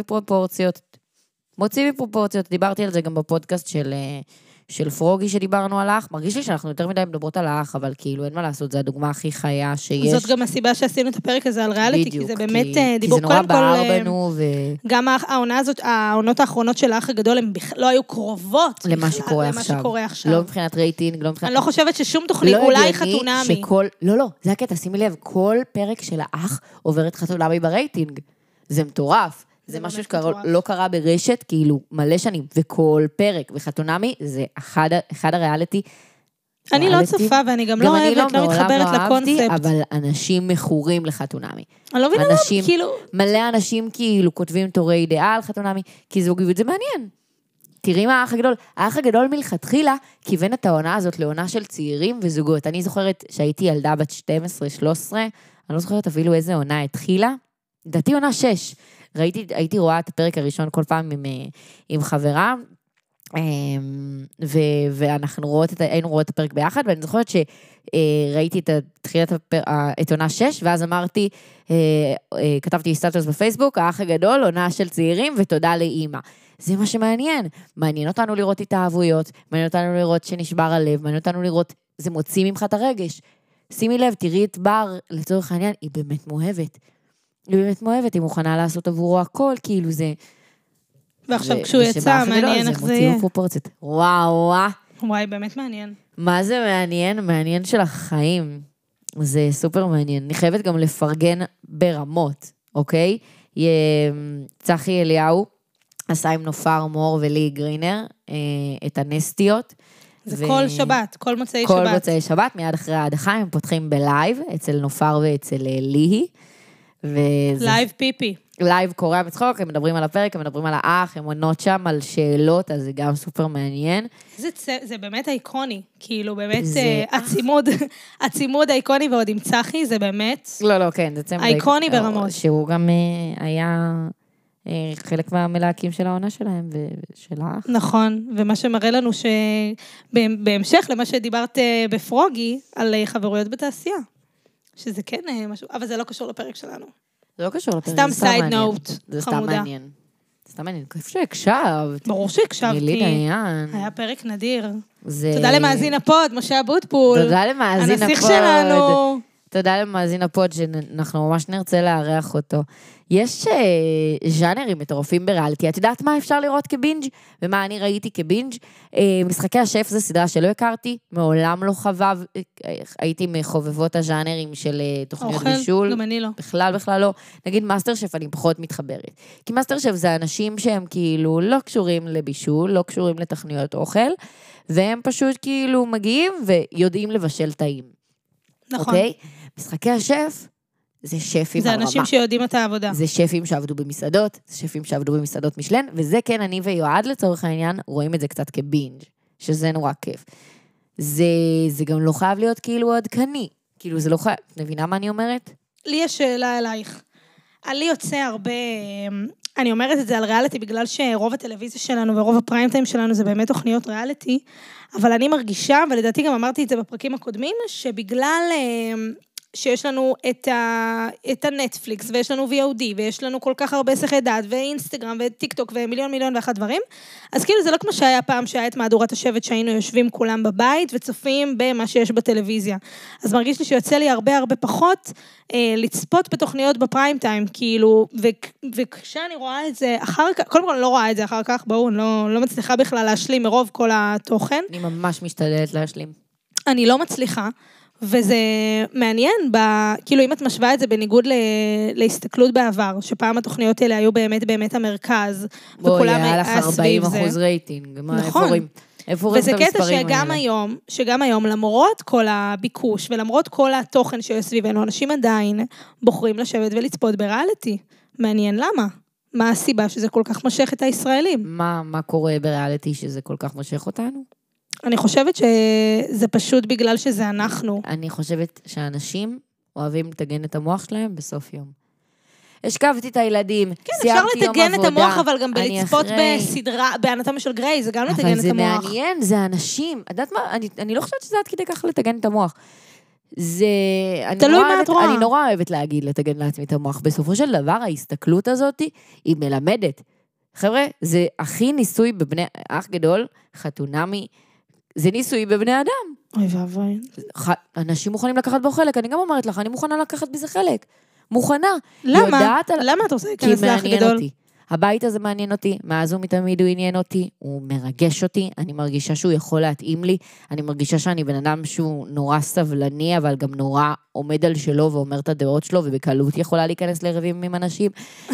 מוציא מפרופורציות, דיברתי על זה גם בפודקאסט של פרוגי שדיברנו על האח, מרגיש לי שאנחנו יותר מדי מדברות על האח, אבל כאילו אין מה לעשות, זו הדוגמה הכי חיה שיש. זאת גם הסיבה שעשינו את הפרק הזה על ריאליטי, כי זה באמת דיבור קודם כל. כי זה נורא בער בנו. גם העונה הזאת, העונות האחרונות של האח הגדול, הן לא היו קרובות למה שקורה עכשיו. לא מבחינת רייטינג, לא מבחינת... אני לא חושבת ששום תוכנית, אולי חתונמי. לא, זה הקטע, שימי לב, כל פרק של האח עוברת חתונמי ברייטינג. זה מטורף. זה משהו שלא קרה ברשת, כאילו מלא שנים, וכל פרק וחתונמי, זה אחד הריאליטי. אני לא צופה, ואני גם לא אוהבת, לא מתחברת לקונספט. אבל אנשים מכורים לחתונמי. אני לא מבינה למה, כאילו... מלא אנשים כאילו כותבים תורי אידיאל חתונמי, כי זוגיות זה מעניין. תראי מה האח הגדול מלכתחילה, כיוון את העונה הזאת לעונה של צעירים וזוגות. אני זוכרת שהייתי ילדה בת 12-13, אני לא זוכרת אפילו איזה עונה התחילה, דעתי עונה 6, הייתי רואה את הפרק הראשון כל פעם עם חברה, היינו רואות את הפרק ביחד, ואני זוכרת שראיתי את עונה 6, ואז אמרתי, כתבתי סטטוס בפייסבוק, האח הגדול, עונה של צעירים, ותודה לאמא. זה מה שמעניין. מעניין אותנו לראות התאהבויות, מעניין אותנו לראות שנשבר הלב, מעניין אותנו לראות, זה מוציא ממך את הרגש. שימי לב, תראי את בר, לצורך העניין, היא באמת מאוהבת. היא באמת מאוהבת, היא מוכנה לעשות עבורו הכל, כאילו זה... ועכשיו כשהוא יצא, מעניין איך זה יהיה. זה מוציא פרופורציות. וואי, באמת מעניין. מה זה מעניין? מעניין של החיים. זה סופר מעניין. אני חייבת גם לפרגן ברמות, אוקיי? צחי אליהו עשה עם נופר מור ולי גרינר את הנסטיות. זה כל שבת, כל מוצאי שבת. כל מוצאי שבת, מיד אחרי ההדחה, הם פותחים בלייב, אצל נופר ואצל ליהי. לייב פיפי. לייב קורא מצחוק, הם מדברים על הפרק, הם מדברים על האח, הם עונות שם על שאלות, אז זה גם סופר מעניין. זה באמת איקוני, כאילו באמת הצימוד האיקוני ועוד עם צחי, זה באמת... לא, כן, זה צימוד איקוני ברמות. שהוא גם היה חלק מהמלהקים של העונה שלהם ושל האח. נכון, ומה שמראה לנו שבהמשך למה שדיברת בפרוגי, על חברויות בתעשייה. שזה כן משהו, אבל זה לא קשור לפרק שלנו. זה לא קשור לפרק, סתם סייד נוט, חמודה. זה סתם מעניין. זה סתם מעניין, כיף שהקשבת. ברור שהקשבתי. מילי דיין. היה פרק נדיר. תודה למאזין הפוד, משה אבוטבול. תודה למאזין הפוד. הנסיך שלנו. תודה למאזין הפוד, שאנחנו ממש נרצה לארח אותו. יש ז'אנרים מטורפים בריאליטי. את יודעת מה אפשר לראות כבינג' ומה אני ראיתי כבינג'? משחקי השף זה סדרה שלא הכרתי, מעולם לא חבב, הייתי מחובבות הז'אנרים של תוכניות בישול. גם אני לא. בכלל לא. נגיד מאסטר שף אני פחות מתחברת. כי מאסטר שף זה אנשים שהם כאילו לא קשורים לבישול, לא קשורים לתוכניות אוכל, והם פשוט כאילו מגיעים ויודעים לבשל טעים. נכון. אוקיי? משחקי השף זה שפים זה אנשים שיודעים את העבודה. זה שפים שעבדו במסעדות, זה שפים שעבדו במסעדות משלן, וזה כן, אני ויועד לצורך העניין, רואים את זה קצת כבינג', שזה נורא כיף. זה גם לא חייב להיות כאילו עדכני, כאילו זה לא חייב, את מבינה מה אני אומרת? לי יש שאלה אלייך. לי יוצא הרבה, אני אומרת את זה על ריאליטי, בגלל שרוב הטלוויזיה שלנו ורוב הפריים טיים שלנו זה באמת תוכניות ריאליטי, אבל אני מרגישה, ולדעתי גם אמרתי את זה בפרקים הקודמים, שבגלל שיש לנו את הנטפליקס, ויש לנו VOD, ויש לנו כל כך הרבה שיחי דעת, ואינסטגרם, וטיקטוק, ומיליון ואחת דברים, אז כאילו זה לא כמו שהיה פעם שהיה את מהדורת השבט, שהיינו יושבים כולם בבית, וצופים במה שיש בטלוויזיה. אז מרגיש לי שיוצא לי הרבה פחות, לצפות בתוכניות בפריים טיים, כאילו, וכשאני רואה את זה אחר כך, קודם כל אני לא רואה את זה אחר כך, בואו, לא מצליחה בכלל להשלים מרוב כל התוכן. אני ממש משתדלת להשלים. אני לא מצליחה, וזה מעניין, כאילו אם את משווה את זה בניגוד להסתכלות בעבר, שפעם התוכניות האלה היו באמת המרכז, וכולם היה לך 40% רייטינג, נכון. וזה קטע שגם היום, למרות כל הביקוש, ולמרות כל התוכן שיש סביבנו, אנשים עדיין בוחרים לשבת ולצפות בריאליטי. מעניין למה? מה הסיבה שזה כל כך משך את הישראלים? מה קורה בריאליטי שזה כל כך משך אותנו? אני חושבת שזה פשוט בגלל שזה אנחנו. אני חושבת שאנשים אוהבים לתגן את המוח שלהם בסוף יום. השכבתי את הילדים, כן, אפשר לתגן את המוח, אבל גם בלצפות בסדרה, באנטומיה של גריי, זה גם לתגן את המוח. אבל זה מעניין, זה אנשים. יודעת מה? אני לא חושבת שזה עד כדי כך לתגן את המוח. תלוי מה את רואה. אני נורא אוהבת להגיד, לתגן לעצמי את המוח. בסופו של דבר, ההסתכלות הזאת היא מלמדת. חבר'ה, זה הכי ניסוי בבני, אח גדול, חתונמי, זה ניסוי בבני אדם. אוי ואבוי. אנשים מוכנים לקחת בו חלק, אני גם אומרת לך, אני מוכנה לקחת בזה חלק. מוכנה. למה? למה את רוצה להיכנס לאח גדול? הבית הזה מעניין אותי, מאז ומתמיד הוא עניין אותי, הוא מרגש אותי, אני מרגישה שהוא יכול להתאים לי, אני מרגישה שאני בן אדם שהוא נורא סבלני, אבל גם נורא עומד על שלו ואומר את הדעות שלו, ובקלות יכולה להיכנס לרבים עם אנשים,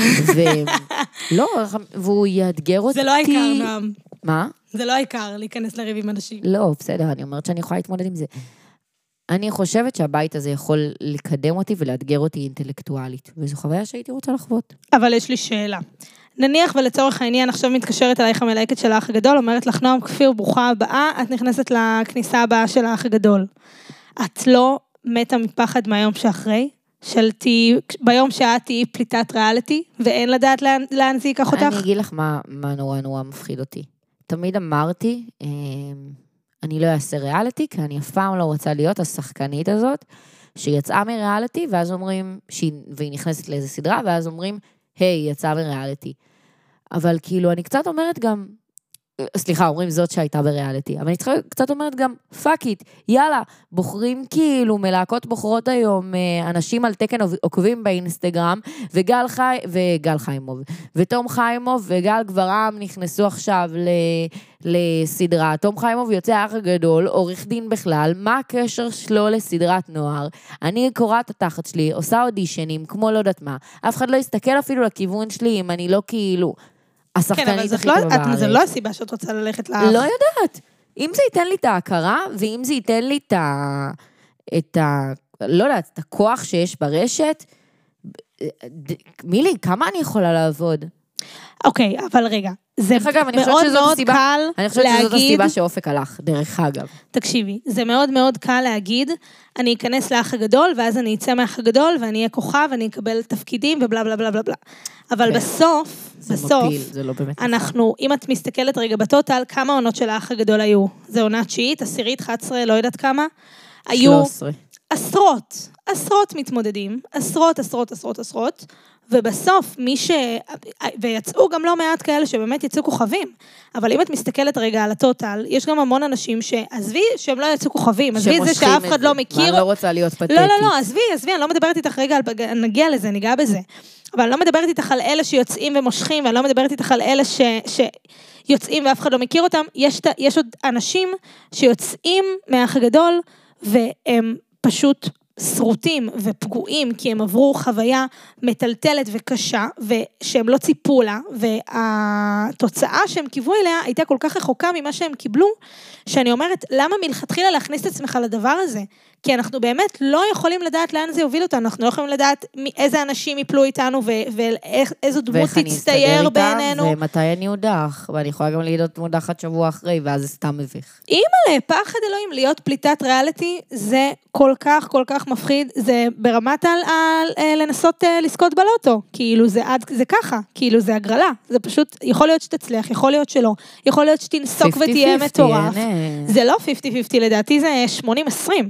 לא, והוא יאתגר אותי. זה לא העיקר, נועם. מה? זה לא העיקר, להיכנס לריב עם אנשים. לא, בסדר, אני אומרת שאני יכולה להתמודד עם זה. אני חושבת שהבית הזה יכול לקדם אותי ולאתגר אותי אינטלקטואלית, וזו חוויה שהייתי רוצה לחוות. אבל יש לי שאלה. נניח ולצורך העניין, עכשיו מתקשרת עלייך המלהקת של האח הגדול, אומרת לך, נועם כפיר, ברוכה הבאה, את נכנסת לכניסה הבאה של האח הגדול. את לא מתה מפחד מהיום שאחרי? ביום שאת תהיי פליטת ריאליטי, ואין לדעת לאן זה ייקח אותך? אני אגיד לך מה נורא מפחיד אותי. תמיד אמרתי, אני לא אעשה ריאליטי, כי אני אף פעם לא רוצה להיות השחקנית הזאת, שיצאה מריאליטי, ואז אומרים, והיא נכנסת לאיזו סדרה, ואז אומרים, היי, יצאה מריאליטי. אבל כאילו, אני קצת אומרת גם, סליחה, אומרים זאת שהייתה בריאליטי, אבל אני קצת אומרת גם, פאק איט, יאללה, בוחרים כאילו, מלהקות בוחרות היום, אנשים על תקן עוקבים באינסטגרם, וגל חיימוב, ותום חיימוב וגל גברם נכנסו עכשיו לסדרה, תום חיימוב יוצא האח הגדול, עורך דין בכלל, מה הקשר שלו לסדרת נוער? אני קוראת התחת שלי, עושה אודישנים, כמו לא יודעת מה, אף אחד לא יסתכל אפילו לכיוון שלי, אם אני לא כאילו, השחקנית הכי טובה בארץ. זה לא הסיבה שאת רוצה ללכת לאח. לא יודעת. אם זה ייתן לי את ההכרה, ואם זה ייתן לי לא יודעת, את הכוח שיש ברשת, מילי, כמה אני יכולה לעבוד? אוקיי, אבל רגע, זה מאוד מאוד קל להגיד... אני חושבת שזאת הסיבה שאופק הלך, דרך אגב. תקשיבי, זה מאוד מאוד קל להגיד, אני אכנס לאח הגדול, ואז אני אצא מאח הגדול, ואני אהיה כוכב, ואני אקבל תפקידים, ובלה בלה בלה בלה. אבל בסוף, אנחנו, אם את מסתכלת רגע בטוטל, כמה עונות של האח הגדול היו? זה עונה 9, 10, 11, לא יודעת כמה. 13. היו עשרות מתמודדים, עשרות, ובסוף ויצאו גם לא מעט כאלה שבאמת יצאו כוכבים, אבל אם את מסתכלת רגע על הטוטל, יש גם המון אנשים שעזבי שהם לא יצאו כוכבים, עזבי זה שאף אחד לא מכיר. אני לא רוצה להיות פתטית. לא, עזבי, אני לא מדברת איתך רגע, נגיע לזה, ניגע בזה, אבל אני לא מדברת איתך על אלה שיוצאים ומושכים, ואני לא מדברת איתך על אלה שיוצאים ואף אחד לא מכיר אותם, יש עוד אנשים שיוצאים מהאח הגדול, והם פשוט שרוטים ופגועים, כי הם עברו חוויה מטלטלת וקשה, ושהם לא ציפו לה, והתוצאה שהם קיוו אליה, הייתה כל כך רחוקה ממה שהם קיבלו, שאני אומרת, למה מלכתחילה להכניס את עצמך לדבר הזה? כי אנחנו באמת לא יכולים לדעת לאן זה יוביל אותנו, אנחנו לא יכולים לדעת איזה אנשים יפלו איתנו, ואיזו דמות תצטייר בינינו. ומתי אני יודח, ואני יכולה גם להיות מודחת שבוע אחרי, ואז זה סתם מביך. אימא'לה, פחד אלוהים, להיות פליטת ריאליטי, זה כל כך מפחיד, זה ברמת לנסות לזכות בלוטו, כאילו זה ככה, כאילו זה הגרלה, זה פשוט, יכול להיות שתצליח, יכול להיות שלא, יכול להיות שתנסוק ותהיה מטורף. זה לא 50-50 לדעתי, זה 80-20.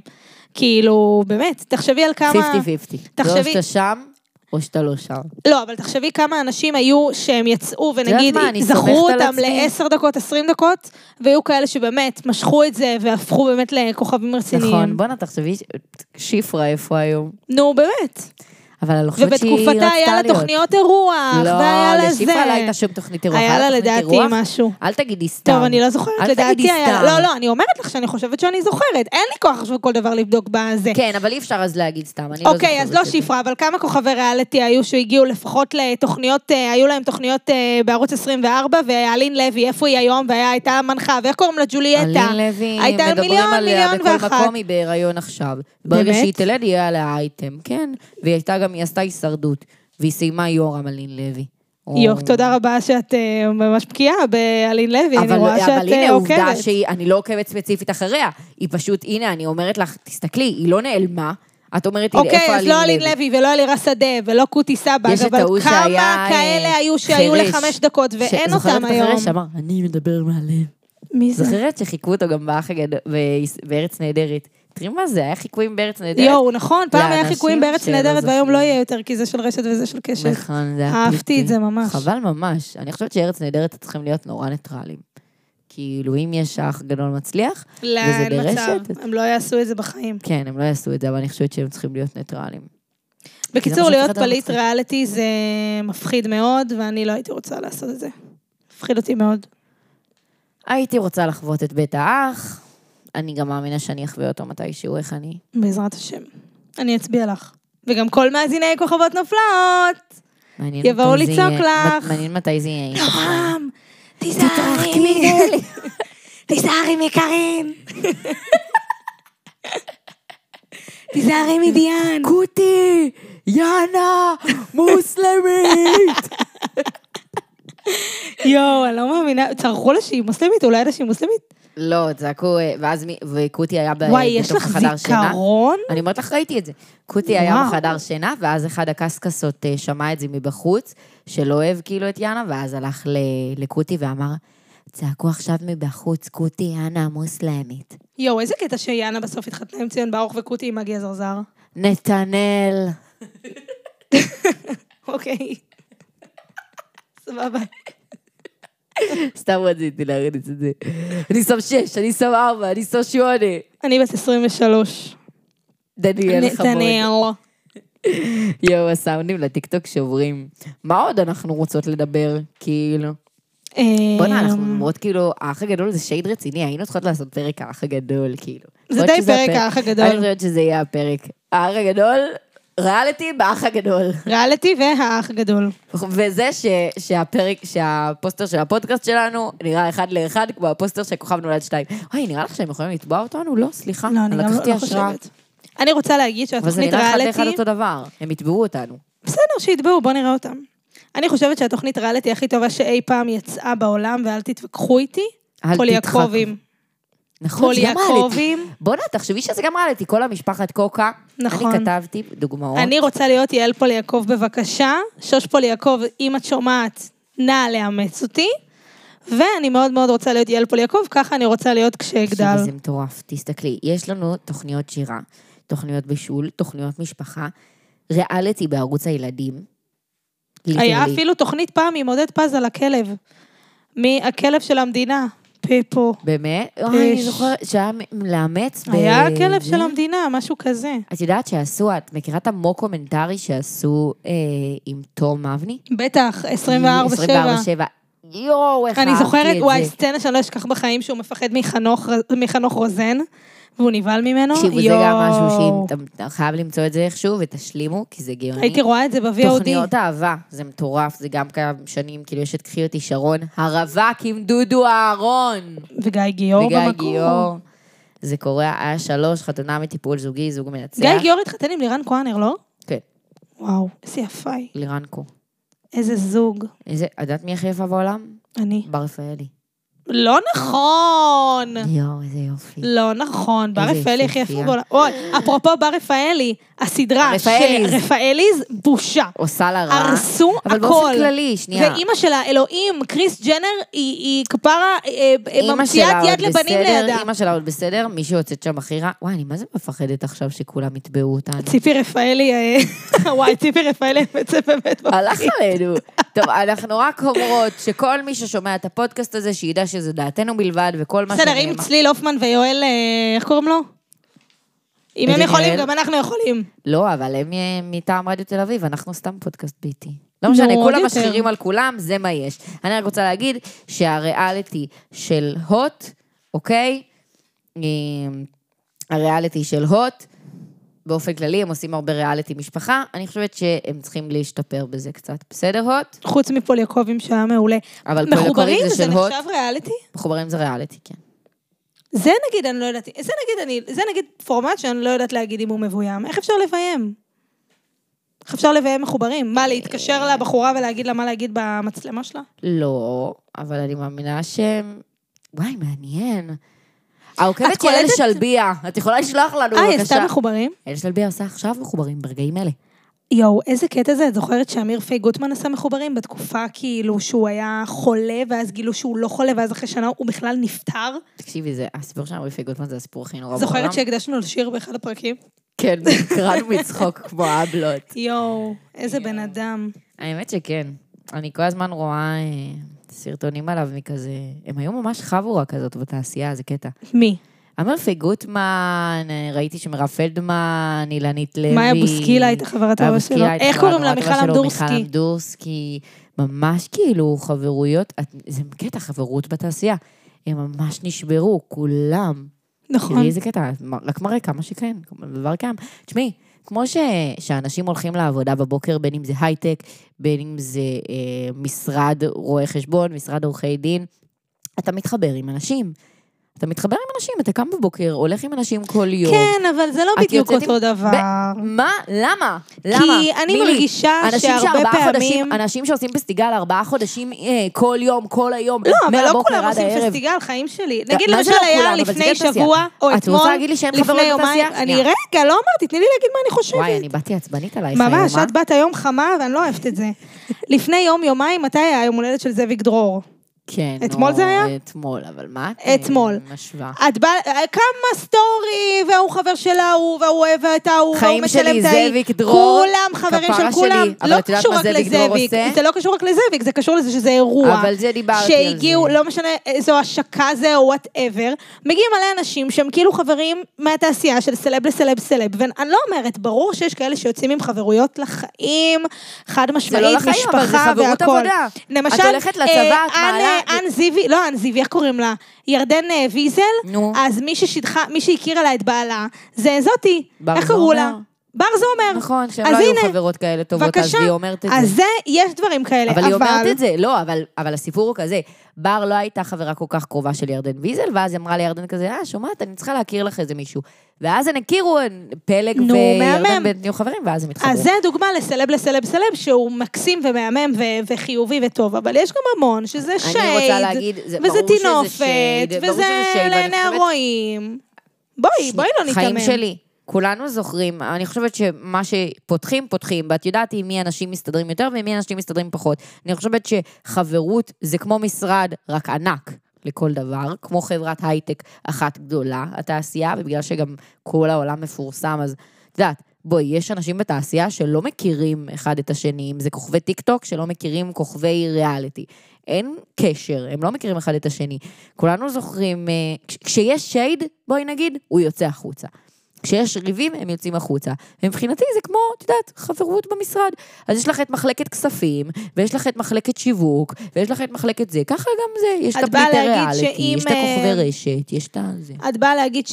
כאילו, באמת, תחשבי על כמה... 50-50. לא שאתה שם, או שאתה לא שם. לא, אבל תחשבי כמה אנשים היו שהם יצאו, ונגיד, יודעת מה, אני זכרו סומכת על אותם עצמי. ל10 דקות, 20 דקות, והיו כאלה שבאמת משכו את זה, והפכו באמת לכוכבים רציניים. נכון, בוא תחשבי, שיפרה איפה היום. נו, באמת. אבל אני לא חושבת שהיא רצתה להיות. ובתקופתה היה לה תוכניות אירוח, והיה לה זה. לשיפרה לא הייתה שום תוכנית אירוח. היה לה לדעתי משהו. אל תגידי סתם. טוב, אני לא זוכרת, אל תגידי לדעתי היה... סתם. לא, אני אומרת לך שאני חושבת שאני זוכרת. אין לי כוח עכשיו כל דבר לבדוק בזה. כן, אבל אי אפשר אז להגיד סתם, אני לא זוכרת. אוקיי, אז לא שיפרה, אבל כמה כוכבי ריאליטי היו שהגיעו לפחות לתוכניות, היו להם תוכניות בערוץ 24, ואלין לוי, איפה היא היום, והייתה מנחה, ואיך קוראים לה ג'ולייטה? אלין לוי, הייתה מדברים עליה בכל ואחת. מקום, היא בהיריון עכשיו. ברגע שהיא תלד, יהיה עליה אייטם, כן. והיא עשתה הישרדות, והיא סיימה יורם אלין לוי. תודה רבה שאת ממש בקיאה באלין לוי, אני רואה שאת אבל הנה עוקבת. העובדה שאני לא עוקבת ספציפית אחריה, היא פשוט, הנה, אני אומרת לך, תסתכלי, היא לא נעלמה, את אומרת, איפה אלין לוי? אוקיי, אז לא אלין לוי ולא אלירה שדה ולא קוטי סבג, אבל כמה כאלה היו שהיו ל5 דקות ואין אותם היום. זוכרת שאמר, אני מדבר מהלב. מי זה? זוכרת שחיכו אותו גם בארץ נהדרת. תראי מה זה, היה חיקויים בארץ נהדרת. יואו, נכון, פעם היה לאנשים חיקויים בארץ שלא נהדרת, והיום זוכרים. לא יהיה יותר, כי זה של רשת וזה של קשת. נכון, זה היה אהבתי את זה ממש. חבל ממש. אני חושבת שארץ נהדרת צריכים להיות נורא ניטרלים. כאילו, אם יש האח גדול מצליח, לא, וזה אין מצב, ברשת, הם לא יעשו את זה בחיים. כן, הם לא יעשו את זה, אבל אני חושבת שהם צריכים להיות ניטרלים. בקיצור, מה להיות שאף אחד לא פליט מצחיק. ריאליטי זה מפחיד מאוד, ואני לא הייתי רוצה לעשות את זה. מפחיד אותי מאוד. הייתי רוצה לחוות את בית האח, אני גם מאמינה שאני אחווה אותו מתישהו, איך אני. בעזרת השם. אני אצביע לך. וגם כל מאזיני כוכבות נופלות. מעניין יבואו מתי זה לצעוק יהיה- לך. מעניין מתי זה יהיה. נועם, תיזהרי. תיזהרי מקרין. תיזהרי מדיאן. קוטי, יאנה, מוסלמית. יואו, אני לא מאמינה. צרכו לה שהיא מוסלמית? אולי ידעה שהיא מוסלמית? לא, צעקו, ואז וקוטי היה וואי, יש בתוך לך החדר שינה. זיכרון? אני אומרת לך, ראיתי את זה. קוטי היה וואו. בחדר שינה, ואז אחד הקסקסות שמע את זה מבחוץ, שלא אוהב כאילו את יאנה, ואז הלך לקוטי ואמר, צעקו עכשיו מבחוץ, קוטי, יאנה מוסלמית. יואו, איזה קטע שיאנה בסוף התחתנה עם ציון ברוך וקוטי עם מגי זרזר. נתנאל. אוקיי. סבבה. סתם רציתי להריץ את זה. אני שם 6, אני שם 4, אני שם 8. אני בת 23. דניאל חמוד. נתנאל. יואו, הסאונדים לטיקטוק שוברים. מה עוד אנחנו רוצות לדבר? כאילו. בוא'נה, אנחנו אומרות כאילו, האח הגדול זה שייד רציני, היינו צריכות לעשות פרק האח הגדול, כאילו. זה די פרק האח הגדול. אני חושבת שזה יהיה הפרק. האח הגדול, ריאליטי באח הגדול. ריאליטי והאח הגדול. וזה שהפוסטר של הפודקאסט שלנו נראה 1:1, כמו הפוסטר של כוכב נולד 2. וואי, נראה לך שהם יכולים לתבוע אותנו? לא, סליחה. לא, אני גם לקחתי לא השראה. חושבת. אני רוצה להגיד אבל זה שהתוכנית נראה 1:1 ריאליטי... אותו דבר. הם יתבעו אותנו. בסדר, שיתבעו, בוא נראה אותם. אני חושבת שהתוכנית ריאליטי הכי טובה שאי פעם יצאה בעולם, ואל תתווכחו איתי. אל כל תתחכו. יעקבים. נכון, כל זה גם ריאליטי. יעקבים. בוא'נה, תחשבי שזה גם ריאליטי, כל המשפחת קוקה. נכון. אני כתבתי דוגמאות. אני רוצה להיות יעל פול יעקב בבקשה, שוש פול יעקב, אם את שומעת, נא לאמץ אותי, ואני מאוד מאוד רוצה להיות יעל פול יעקב, ככה אני רוצה להיות כשאגדל. זה מטורף, תסתכלי, יש לנו תוכניות שירה, תוכניות בישול, תוכניות משפחה, ריאליטי בערוץ הילדים. היה אפילו תוכנית פעם עם עודד פז על הכלב. מהכלב של המדינה, פפו. באמת? אוי, אני זוכרת שהיה לאמץ. היה הכלב של המדינה, משהו כזה. את יודעת שעשו, את מכירה את המוקומנטרי שעשו עם תום אבני? בטח, 24/7. 24/7. יואו, איך אני אהבתי זוכרת, את זה. וואי, סצנה שאני לא אשכח בחיים שהוא מפחד מחנוך רוזן, והוא נבהל ממנו. תקשיבו, זה גם משהו שאתה חייב למצוא את זה איכשהו, ותשלימו, כי זה גאוני. הייתי רואה את זה ב-VOD. תוכניות אהבה, זה מטורף, זה גם כמה שנים, כאילו יש את קחי אותי שרון, הרווק עם דודו אהרון. וגיא גיאור במקום. וגיא גיאור. זה קורה, היה 3, חתונה מטיפול זוגי, זוג מנצח. גיא גיאור התחתן עם לירן כהנר, לא? כן, וואו, איזה יפה היא. לירנקו. איזה זוג. את יודעת מי הכי יפה בעולם? אני. בר רפאלי. לא נכון. יואו, איזה יופי. לא נכון, בר איזה רפאלי הכי יפהפייה. יפה בעולם. אוי, אפרופו בר רפאלי, הסדרה רפאליז. רפאליז, בושה. עושה לה רע. הרסו אבל הכל. באופן כללי, שנייה. ואימא שלה, אלוהים, קריס ג'נר, היא כפרה, אמא ממציאת שלה יד עוד לבנים בסדר, לידה. אמא שלה עוד בסדר, מישהו יוצאת שם הכי רע. וואי, אני מה זה מפחדת עכשיו שכולם יתבעו אותנו? ציפי רפאלי, וואי, ציפי רפאלי, זה באמת הלך עלינו. טוב, אנחנו רק אומרות שכל מי ששומע את הפודקאסט הזה, שידע שזה דעתנו בלבד, וכל מה בסדר, אם צליל הופמן ויואל, איך קוראים לו? אם הם יכולים, גם אנחנו יכולים. לא, אבל הם מטעם רדיו תל אביב, אנחנו סתם פודקאסט ביטי. לא משנה, כולם משחירים על כולם, זה מה יש. אני רק רוצה להגיד שהריאליטי של הוט, אוקיי? הריאליטי של הוט, באופן כללי, הם עושים הרבה ריאליטי משפחה, אני חושבת שהם צריכים להשתפר בזה קצת. בסדר, הוט? חוץ מפוליאקובים שהיה מעולה. אבל פוליאקובים זה של הוט. נחשב ריאליטי? מחוברים זה ריאליטי, כן. זה נגיד, אני לא יודעת, זה נגיד פורמט שאני לא יודעת להגיד אם הוא מבוים. איך אפשר לביים? איך אפשר לביים מחוברים? מה, להתקשר לבחורה ולהגיד לה מה להגיד במצלמה שלה? לא, אבל אני מאמינה שהם... וואי, מעניין. העוקבת של אלה שלביה, את יכולה לשלוח לנו, בבקשה. היא עשתה מחוברים? אלה שלביה עושה עכשיו מחוברים, ברגעים אלה. יואו, איזה קטע זה, את זוכרת שאמיר פי גוטמן עשה מחוברים בתקופה כאילו שהוא היה חולה, ואז גילו שהוא לא חולה, ואז אחרי שנה הוא בכלל נפטר? תקשיבי, הסיפור של אמיר פי גוטמן זה הסיפור הכי נורא בעולם. זוכרת שהקדשנו לשיר באחד הפרקים? כן, קראנו מצחוק כמו אבלות. יואו, איזה בן אדם. האמת שכן. אני כל הזמן רואה סרטונים עליו מכזה, הם היו ממש חבורה כזאת בתעשייה, זה קטע. מי? אמיר פי גוטמן, ראיתי שמרב פלדמן, אילנית לוי. מאיה בוסקילה הייתה חברת הטובה שלו. איך קוראים לה? מיכל אמדורסקי. מיכל אמדורסקי. ממש כאילו חברויות, זה קטע חברות בתעשייה. הם ממש נשברו, כולם. נכון. תראי איזה קטע, רק מראה כמה שכן, דבר קיים. תשמעי, כמו שאנשים הולכים לעבודה בבוקר, בין אם זה הייטק, בין אם זה משרד רואי חשבון, משרד עורכי דין, אתה מתחבר עם אנשים. אתה מתחבר עם אנשים, אתה קם בבוקר, הולך עם אנשים כל יום. כן, אבל זה לא בדיוק אותו דבר. מה? למה? כי אני מרגישה שהרבה פעמים... אנשים שעושים פסטיגל 4 חודשים כל יום, כל היום, לא, אבל לא כולם עושים פסטיגל, חיים שלי. נגיד למשל היה לפני שבוע, או אתמול, את רוצה להגיד לי שהם חברות בתעשייה? אני רגע, לא אמרתי, תני לי להגיד מה אני חושבת. וואי, אני באתי עצבנית עלייך. ממש, את באת היום חמה, ואני לא אוהבת את זה. לפני יומיים, מתי היה היום הולדת של זאביק דרור? כן. אתמול זה היה? אתמול, אבל מה? אתמול. משווה. את באה, כמה סטורי, והוא חבר של ההוא, והוא אוהב את ההוא, והוא מצלם את ההיא. זאביק דרור. כולם חברים של כולם. לא קשור רק לזאביק. זה לא קשור רק לזאביק, זה קשור לזה שזה אירוע. אבל זה דיברתי על זה. שהגיעו, לא משנה איזו השקה זה או whatever, מגיעים מלא אנשים שהם כאילו חברים מהתעשייה של סלב לסלב סלב. ואני לא אומרת, ברור שיש כאלה שיוצאים עם חברויות לחיים, חד משמעית, משפחה והכל. למשל, אן זיוי, לא אן זיוי, איך קוראים לה? ירדן ויזל, אז מי שהכירה לה את בעלה, זה זאתי, איך קראו לה? בר זומר. נכון, שהם לא היו חברות כאלה טובות, אז היא אומרת את זה. אז זה, יש דברים כאלה, אבל היא אומרת את זה, לא, אבל הסיפור הוא כזה, בר לא הייתה חברה כל כך קרובה של ירדן ויזל, ואז היא אמרה לירדן כזה, שומעת, אני צריכה להכיר לך איזה מישהו. ואז הם הכירו, פלג וירדן נהיו חברים, ואז הם התחברו. אז זה דוגמה לסלב לסלב סלב, שהוא מקסים ומהמם וחיובי וטוב, אבל יש גם המון שזה שייד, וזה תינופת, וזה לעיני הרואים. בואי לא ניתמם. חיים שלי. כולנו זוכרים, אני חושבת שמה שפותחים, ואת יודעת עם מי אנשים מסתדרים יותר ומי אנשים מסתדרים פחות. אני חושבת שחברות זה כמו משרד רק ענק לכל דבר, כמו חברת הייטק אחת גדולה, התעשייה, ובגלל שגם כל העולם מפורסם, אז את יודעת, בואי, יש אנשים בתעשייה שלא מכירים אחד את השני, אם זה כוכבי טיק טוק שלא מכירים כוכבי ריאליטי. אין קשר, הם לא מכירים אחד את השני. כולנו זוכרים, כשיש שייד, בואי נגיד, הוא יוצא החוצה. כשיש ריבים, הם יוצאים החוצה. ומבחינתי זה כמו, את יודעת, חברות במשרד. אז יש לך את מחלקת כספים, ויש לך את מחלקת שיווק, ויש לך את מחלקת זה. ככה גם זה. יש את הפליטי ריאליטי, יש את הכוכבי רשת, יש את זה. את באה להגיד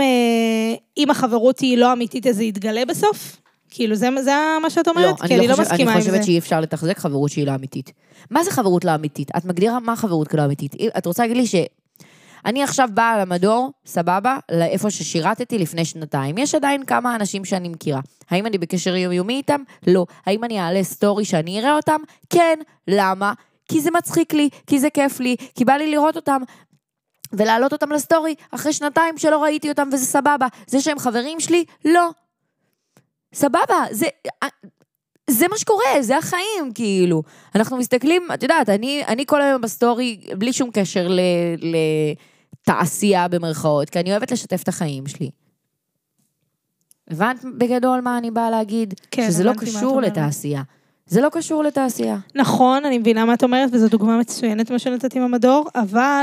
שאם החברות היא לא אמיתית, אז זה יתגלה בסוף? כאילו, זה מה שאת אומרת? כי אני לא מסכימה עם זה. אני חושבת שאי אפשר לתחזק חברות שהיא לא אמיתית. מה זה חברות לא אמיתית? את מגדירה מה חברות לא אמיתית? את רוצה להגיד לי אני עכשיו באה למדור, סבבה, לאיפה ששירתתי לפני 2 יש עדיין כמה אנשים שאני מכירה. האם אני בקשר יומיומי איתם? לא. האם אני אעלה סטורי שאני אראה אותם? כן. למה? כי זה מצחיק לי, כי זה כיף לי, כי בא לי לראות אותם, ולהעלות אותם לסטורי, אחרי 2 שלא ראיתי אותם, וזה סבבה. זה שהם חברים שלי? לא. סבבה, זה מה שקורה, זה החיים, כאילו. אנחנו מסתכלים, את יודעת, אני כל היום בסטורי, בלי שום קשר לתעשייה במרכאות, כי אני אוהבת לשתף את החיים שלי. הבנת בגדול מה אני באה להגיד? כן, שזה לא קשור לתעשייה. זה לא קשור לתעשייה. נכון, אני מבינה מה את אומרת, וזו דוגמה מצוינת מה שנתת עם המדור, אבל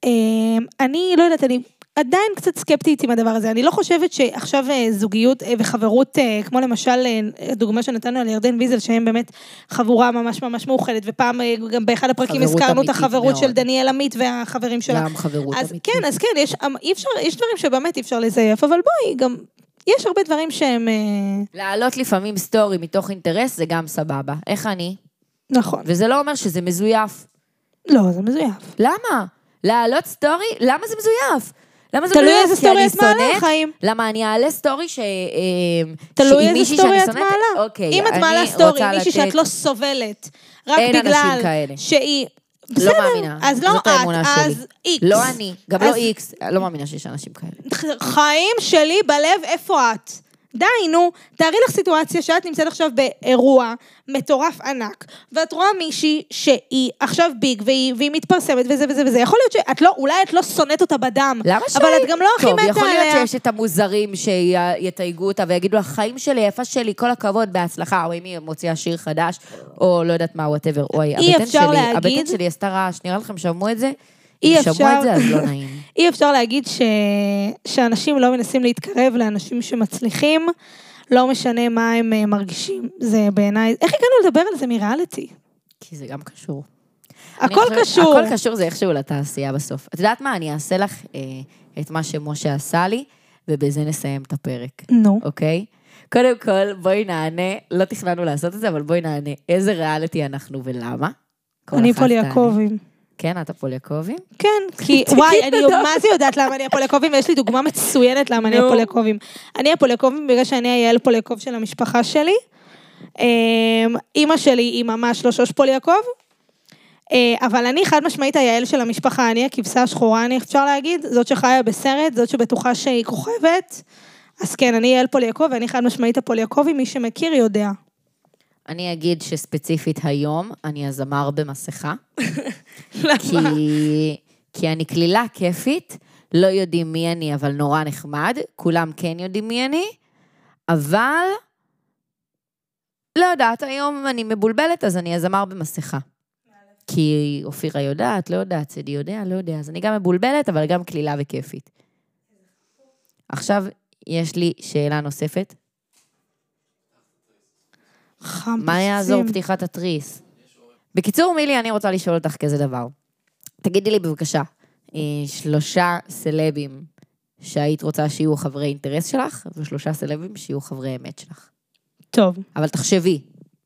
אני לא יודעת, אני עדיין קצת סקפטית עם הדבר הזה. אני לא חושבת שעכשיו זוגיות וחברות, כמו למשל, דוגמה שנתנו על ירדן ויזל, שהם באמת חבורה ממש ממש מאוחדת, ופעם גם באחד הפרקים הזכרנו את החברות של דניאל עמית והחברים שלה. גם חברות אמיתית. אז כן, יש דברים שבאמת אי אפשר לזייף, אבל בואי, גם יש הרבה דברים שהם... לעלות לפעמים סטורי מתוך אינטרס, זה גם סבבה. איך אני? נכון. וזה לא אומר שזה מזויף. לא, זה מזויף. למה? לעלות סטורי? למה זה מזויף? למה זה תלוי איזה סטורי את מעלה, חיים. למה אני אעלה סטורי תלוי איזה סטורי את מעלה. אוקיי, אם את מעלה סטורי, מישהי שאת לא סובלת, רק בגלל שהיא... לא מאמינה. אז לא זאת האמונה את, שלי. אז איקס. לא אני, גם לא איקס. לא מאמינה שיש אנשים כאלה. חיים שלי בלב, איפה את? די, נו, תארי לך סיטואציה שאת נמצאת עכשיו באירוע מטורף ענק, ואת רואה מישהי שהיא עכשיו ביג, והיא מתפרסמת וזה וזה וזה. יכול להיות שאת לא, אולי את לא שונאת אותה בדם. למה אבל את גם לא הכי מתה עליה. יכול להיות שיש את המוזרים שיתייגו אותה, ויגידו לה, חיים שלי, יפה שלי, כל הכבוד, בהצלחה, או אם היא מוציאה שיר חדש, או לא יודעת מה, whatever. אוי, הבטן שלי עשתה רעש, נראה לכם שמעו את זה? אם שמעו את זה, אז לא נעים. אי אפשר להגיד שאנשים לא מנסים להתקרב לאנשים שמצליחים, לא משנה מה הם מרגישים. זה בעיניי... איך הגענו לדבר על זה מריאליטי? כי זה גם קשור. הכל קשור. הכל קשור זה איכשהו לתעשייה בסוף. את יודעת מה? אני אעשה לך את מה שמשה עשה לי, ובזה נסיים את הפרק. נו. אוקיי? קודם כל, בואי נענה, לא תכננו לעשות את זה, אבל בואי נענה איזה ריאליטי אנחנו ולמה. אני פוליאקובים. כן, אתה פוליאקובים? כן, כי וואי, אני מה זה יודעת למה אני הפוליאקובים, ויש לי דוגמה מצוינת למה אני הפוליאקובים. אני הפוליאקובים בגלל שאני היעל פוליאקוב של המשפחה שלי. אמא שלי היא ממש לא שוש פוליאקוב, אבל אני חד משמעית היעל של המשפחה, אני הכבשה השחורה, אני אפשר להגיד, זאת שחיה בסרט, זאת שבטוחה שהיא כוכבת. אז כן, אני יעל פוליאקוב, ואני חד משמעית הפוליאקובים, מי שמכיר יודע. אני אגיד שספציפית היום, אני הזמר במסכה. למה? כי אני כלילה כיפית, לא יודעים מי אני, אבל נורא נחמד, כולם כן יודעים מי אני, אבל לא יודעת, היום אני מבולבלת, אז אני הזמר במסכה. כי אופירה יודעת, לא יודעת, צדי יודע, לא יודע, אז אני גם מבולבלת, אבל גם כלילה וכיפית. עכשיו יש לי שאלה נוספת. מה יעזור פתיחת התריס? בקיצור, מילי, אני רוצה לשאול אותך כזה דבר. תגידי לי בבקשה, 3 סלבים שהיית רוצה שיהיו חברי אינטרס שלך, ו3 סלבים שיהיו חברי אמת שלך. טוב. אבל תחשבי.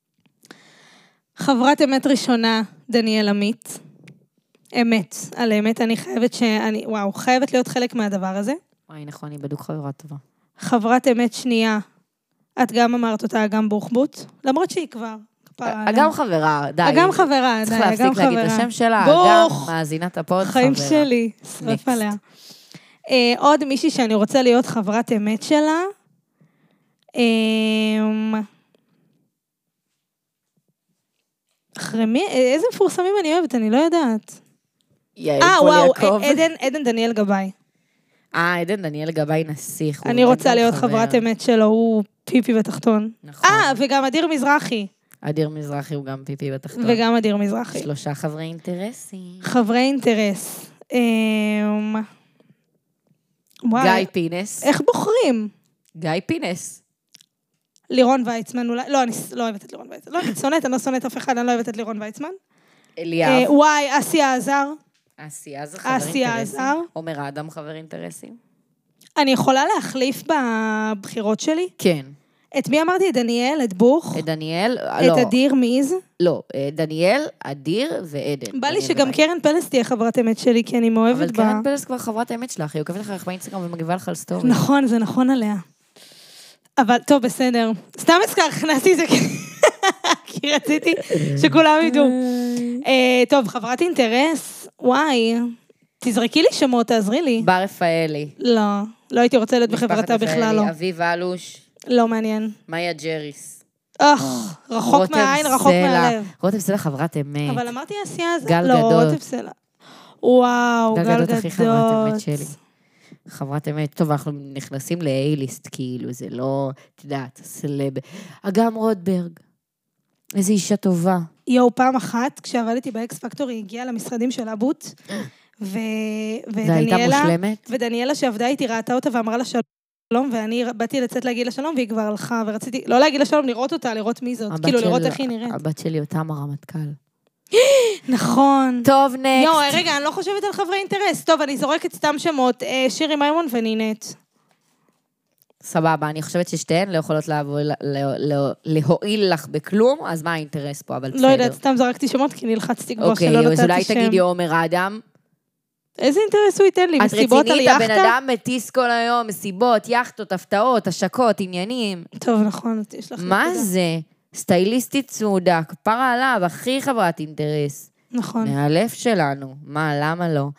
חברת אמת ראשונה, דניאל עמית. אמת, על אמת, אני חייבת חייבת להיות חלק מהדבר הזה. וואי, נכון, היא בדיוק חברה טובה. חברת אמת שנייה, את גם אמרת אותה, אגם בוחבוט, למרות שהיא כבר... אגם חברה, די. אגם חברה, די, צריך להפסיק להגיד את השם שלה, אגם מאזינת הפוד, חברה. חיים שלי, שרף עליה. עוד מישהי שאני רוצה להיות חברת אמת שלה, אחרי מי, איזה מפורסמים אני אוהבת, אני לא יודעת. וואו, עדן דניאל גבאי. עדן דניאל גבאי נסיך. אני רוצה להיות חברת אמת שלו, הוא פיפי בתחתון. נכון. וגם אדיר מזרחי. אדיר מזרחי הוא גם פיפי בתחתון. וגם אדיר מזרחי. 3 חברי אינטרסים. חברי אינטרס. גיא פינס. איך בוחרים? גיא פינס. לירון ויצמן, אולי, לא, אני לא אוהבת את לירון ויצמן. לא, אני לא שונאת אף אחד, אני לא אוהבת את לירון ויצמן. אליאב. וואי, אסיה עזר. אסיה זה חבר אינטרסים. עומר אדם חבר אינטרסים. אני יכולה להחליף בבחירות שלי? כן. את מי אמרתי? את דניאל, את בוך? את דניאל, לא. את אדיר מיז? לא, דניאל, אדיר ועדן. בא לי שגם קרן פלס תהיה חברת אמת שלי, כי אני מאוהבת בה. אבל קרן פלס כבר חברת האמת שלך, היא עוקבת לך באינסטגרם ומגיבה לך על סטורי. נכון, זה נכון עליה. אבל טוב, בסדר. סתם הכנסתי את זה כי רציתי שכולם ידעו. טוב, חברת אינטרס, וואי, תזרקי לי שמות, תעזרי לי. בר רפאלי. לא הייתי רוצה להיות בחברתה בכלל, לא. אביב אלוש. לא מעניין. מאיה ג'ריס. רחוק מהעין, רחוק מהלב. רותם סלע חברת אמת. אבל אמרתי עשייה הזה. גל לא, גדות. רותם סלע. וואו, גל גדות. הכי חברת אמת שלי. חברת אמת, טוב, אנחנו נכנסים ל-A-ליסט, כאילו, זה לא, את יודעת, סלב. אגם רודברג. איזו אישה טובה. יואו, פעם אחת, כשעבדתי באקס פקטור, היא הגיעה למשרדים של אבוט, והייתה מושלמת? ודניאלה שעבדה איתי ראתה אותה ואמרה לה שלום, ואני באתי לצאת להגיד לה שלום, והיא כבר הלכה, ורציתי, לא להגיד לה שלום, לראות אותה, לראות מי זאת, כאילו לראות איך היא נראית. הבת שלי אותם הרמטכ"ל. נכון. טוב, נקסט. יואו, רגע, אני לא חושבת על חברי אינטרס. טוב, אני זורקת סתם שמות, שירי מימון ונינת. סבבה, אני חושבת ששתיהן לא יכולות להועיל לך בכלום, אז מה האינטרס פה, אבל בסדר. לא יודעת, סתם זרקתי שמות, כי נלחצתי כבר שלא נתתי שם. אוקיי, אז אולי תגידי עומר אדם. איזה אינטרס הוא ייתן לי? מסיבות על את יחטה? רצינית, הבן אדם מטיס כל היום, מסיבות, יחטות, הפתעות, השקות, עניינים. טוב, נכון, יש לך... מה זה? סטייליסטית צמודה, כפרה עליו, הכי חברת אינטרס. נכון. מהלב שלנו. מה, למה לא?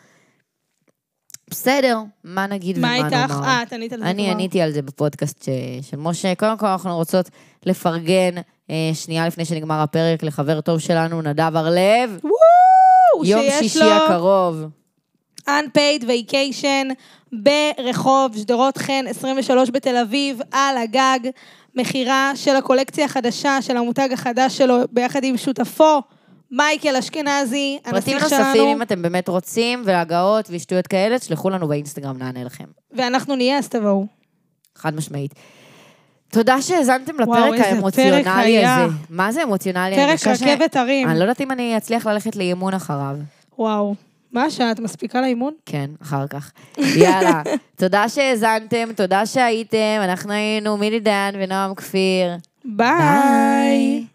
בסדר, מה נגיד ומה נאמר? מה איתך? את ענית על זה כבר. אני עניתי על זה בפודקאסט של משה. קודם כל אנחנו רוצות לפרגן, שנייה לפני שנגמר הפרק, לחבר טוב שלנו, נדב הרלב. יום שישי הקרוב. Unpaid Vacation ברחוב שדרות חן 23 בתל אביב, על הגג, מחירה של הקולקציה החדשה, של המותג החדש שלו, ביחד עם שותפו, מייקל אשכנזי, פרטים נוספים, אם אתם באמת רוצים, והגאות ושטויות כאלה, תשלחו לנו באינסטגרם, נענה לכם. ואנחנו נהיה, אז תבואו. חד משמעית. תודה שהאזנתם לפרק האמוציונלי הזה. מה זה אמוציונלי? פרק רכבת הרים. אני לא יודעת אם אני אצליח ללכת לאימון אחריו. וואו. מה השעה? את מספיקה לאימון? כן, אחר כך. יאללה. תודה שהאזנתם, תודה שהייתם. אנחנו היינו מילי דיין ונועם כפיר. ביי.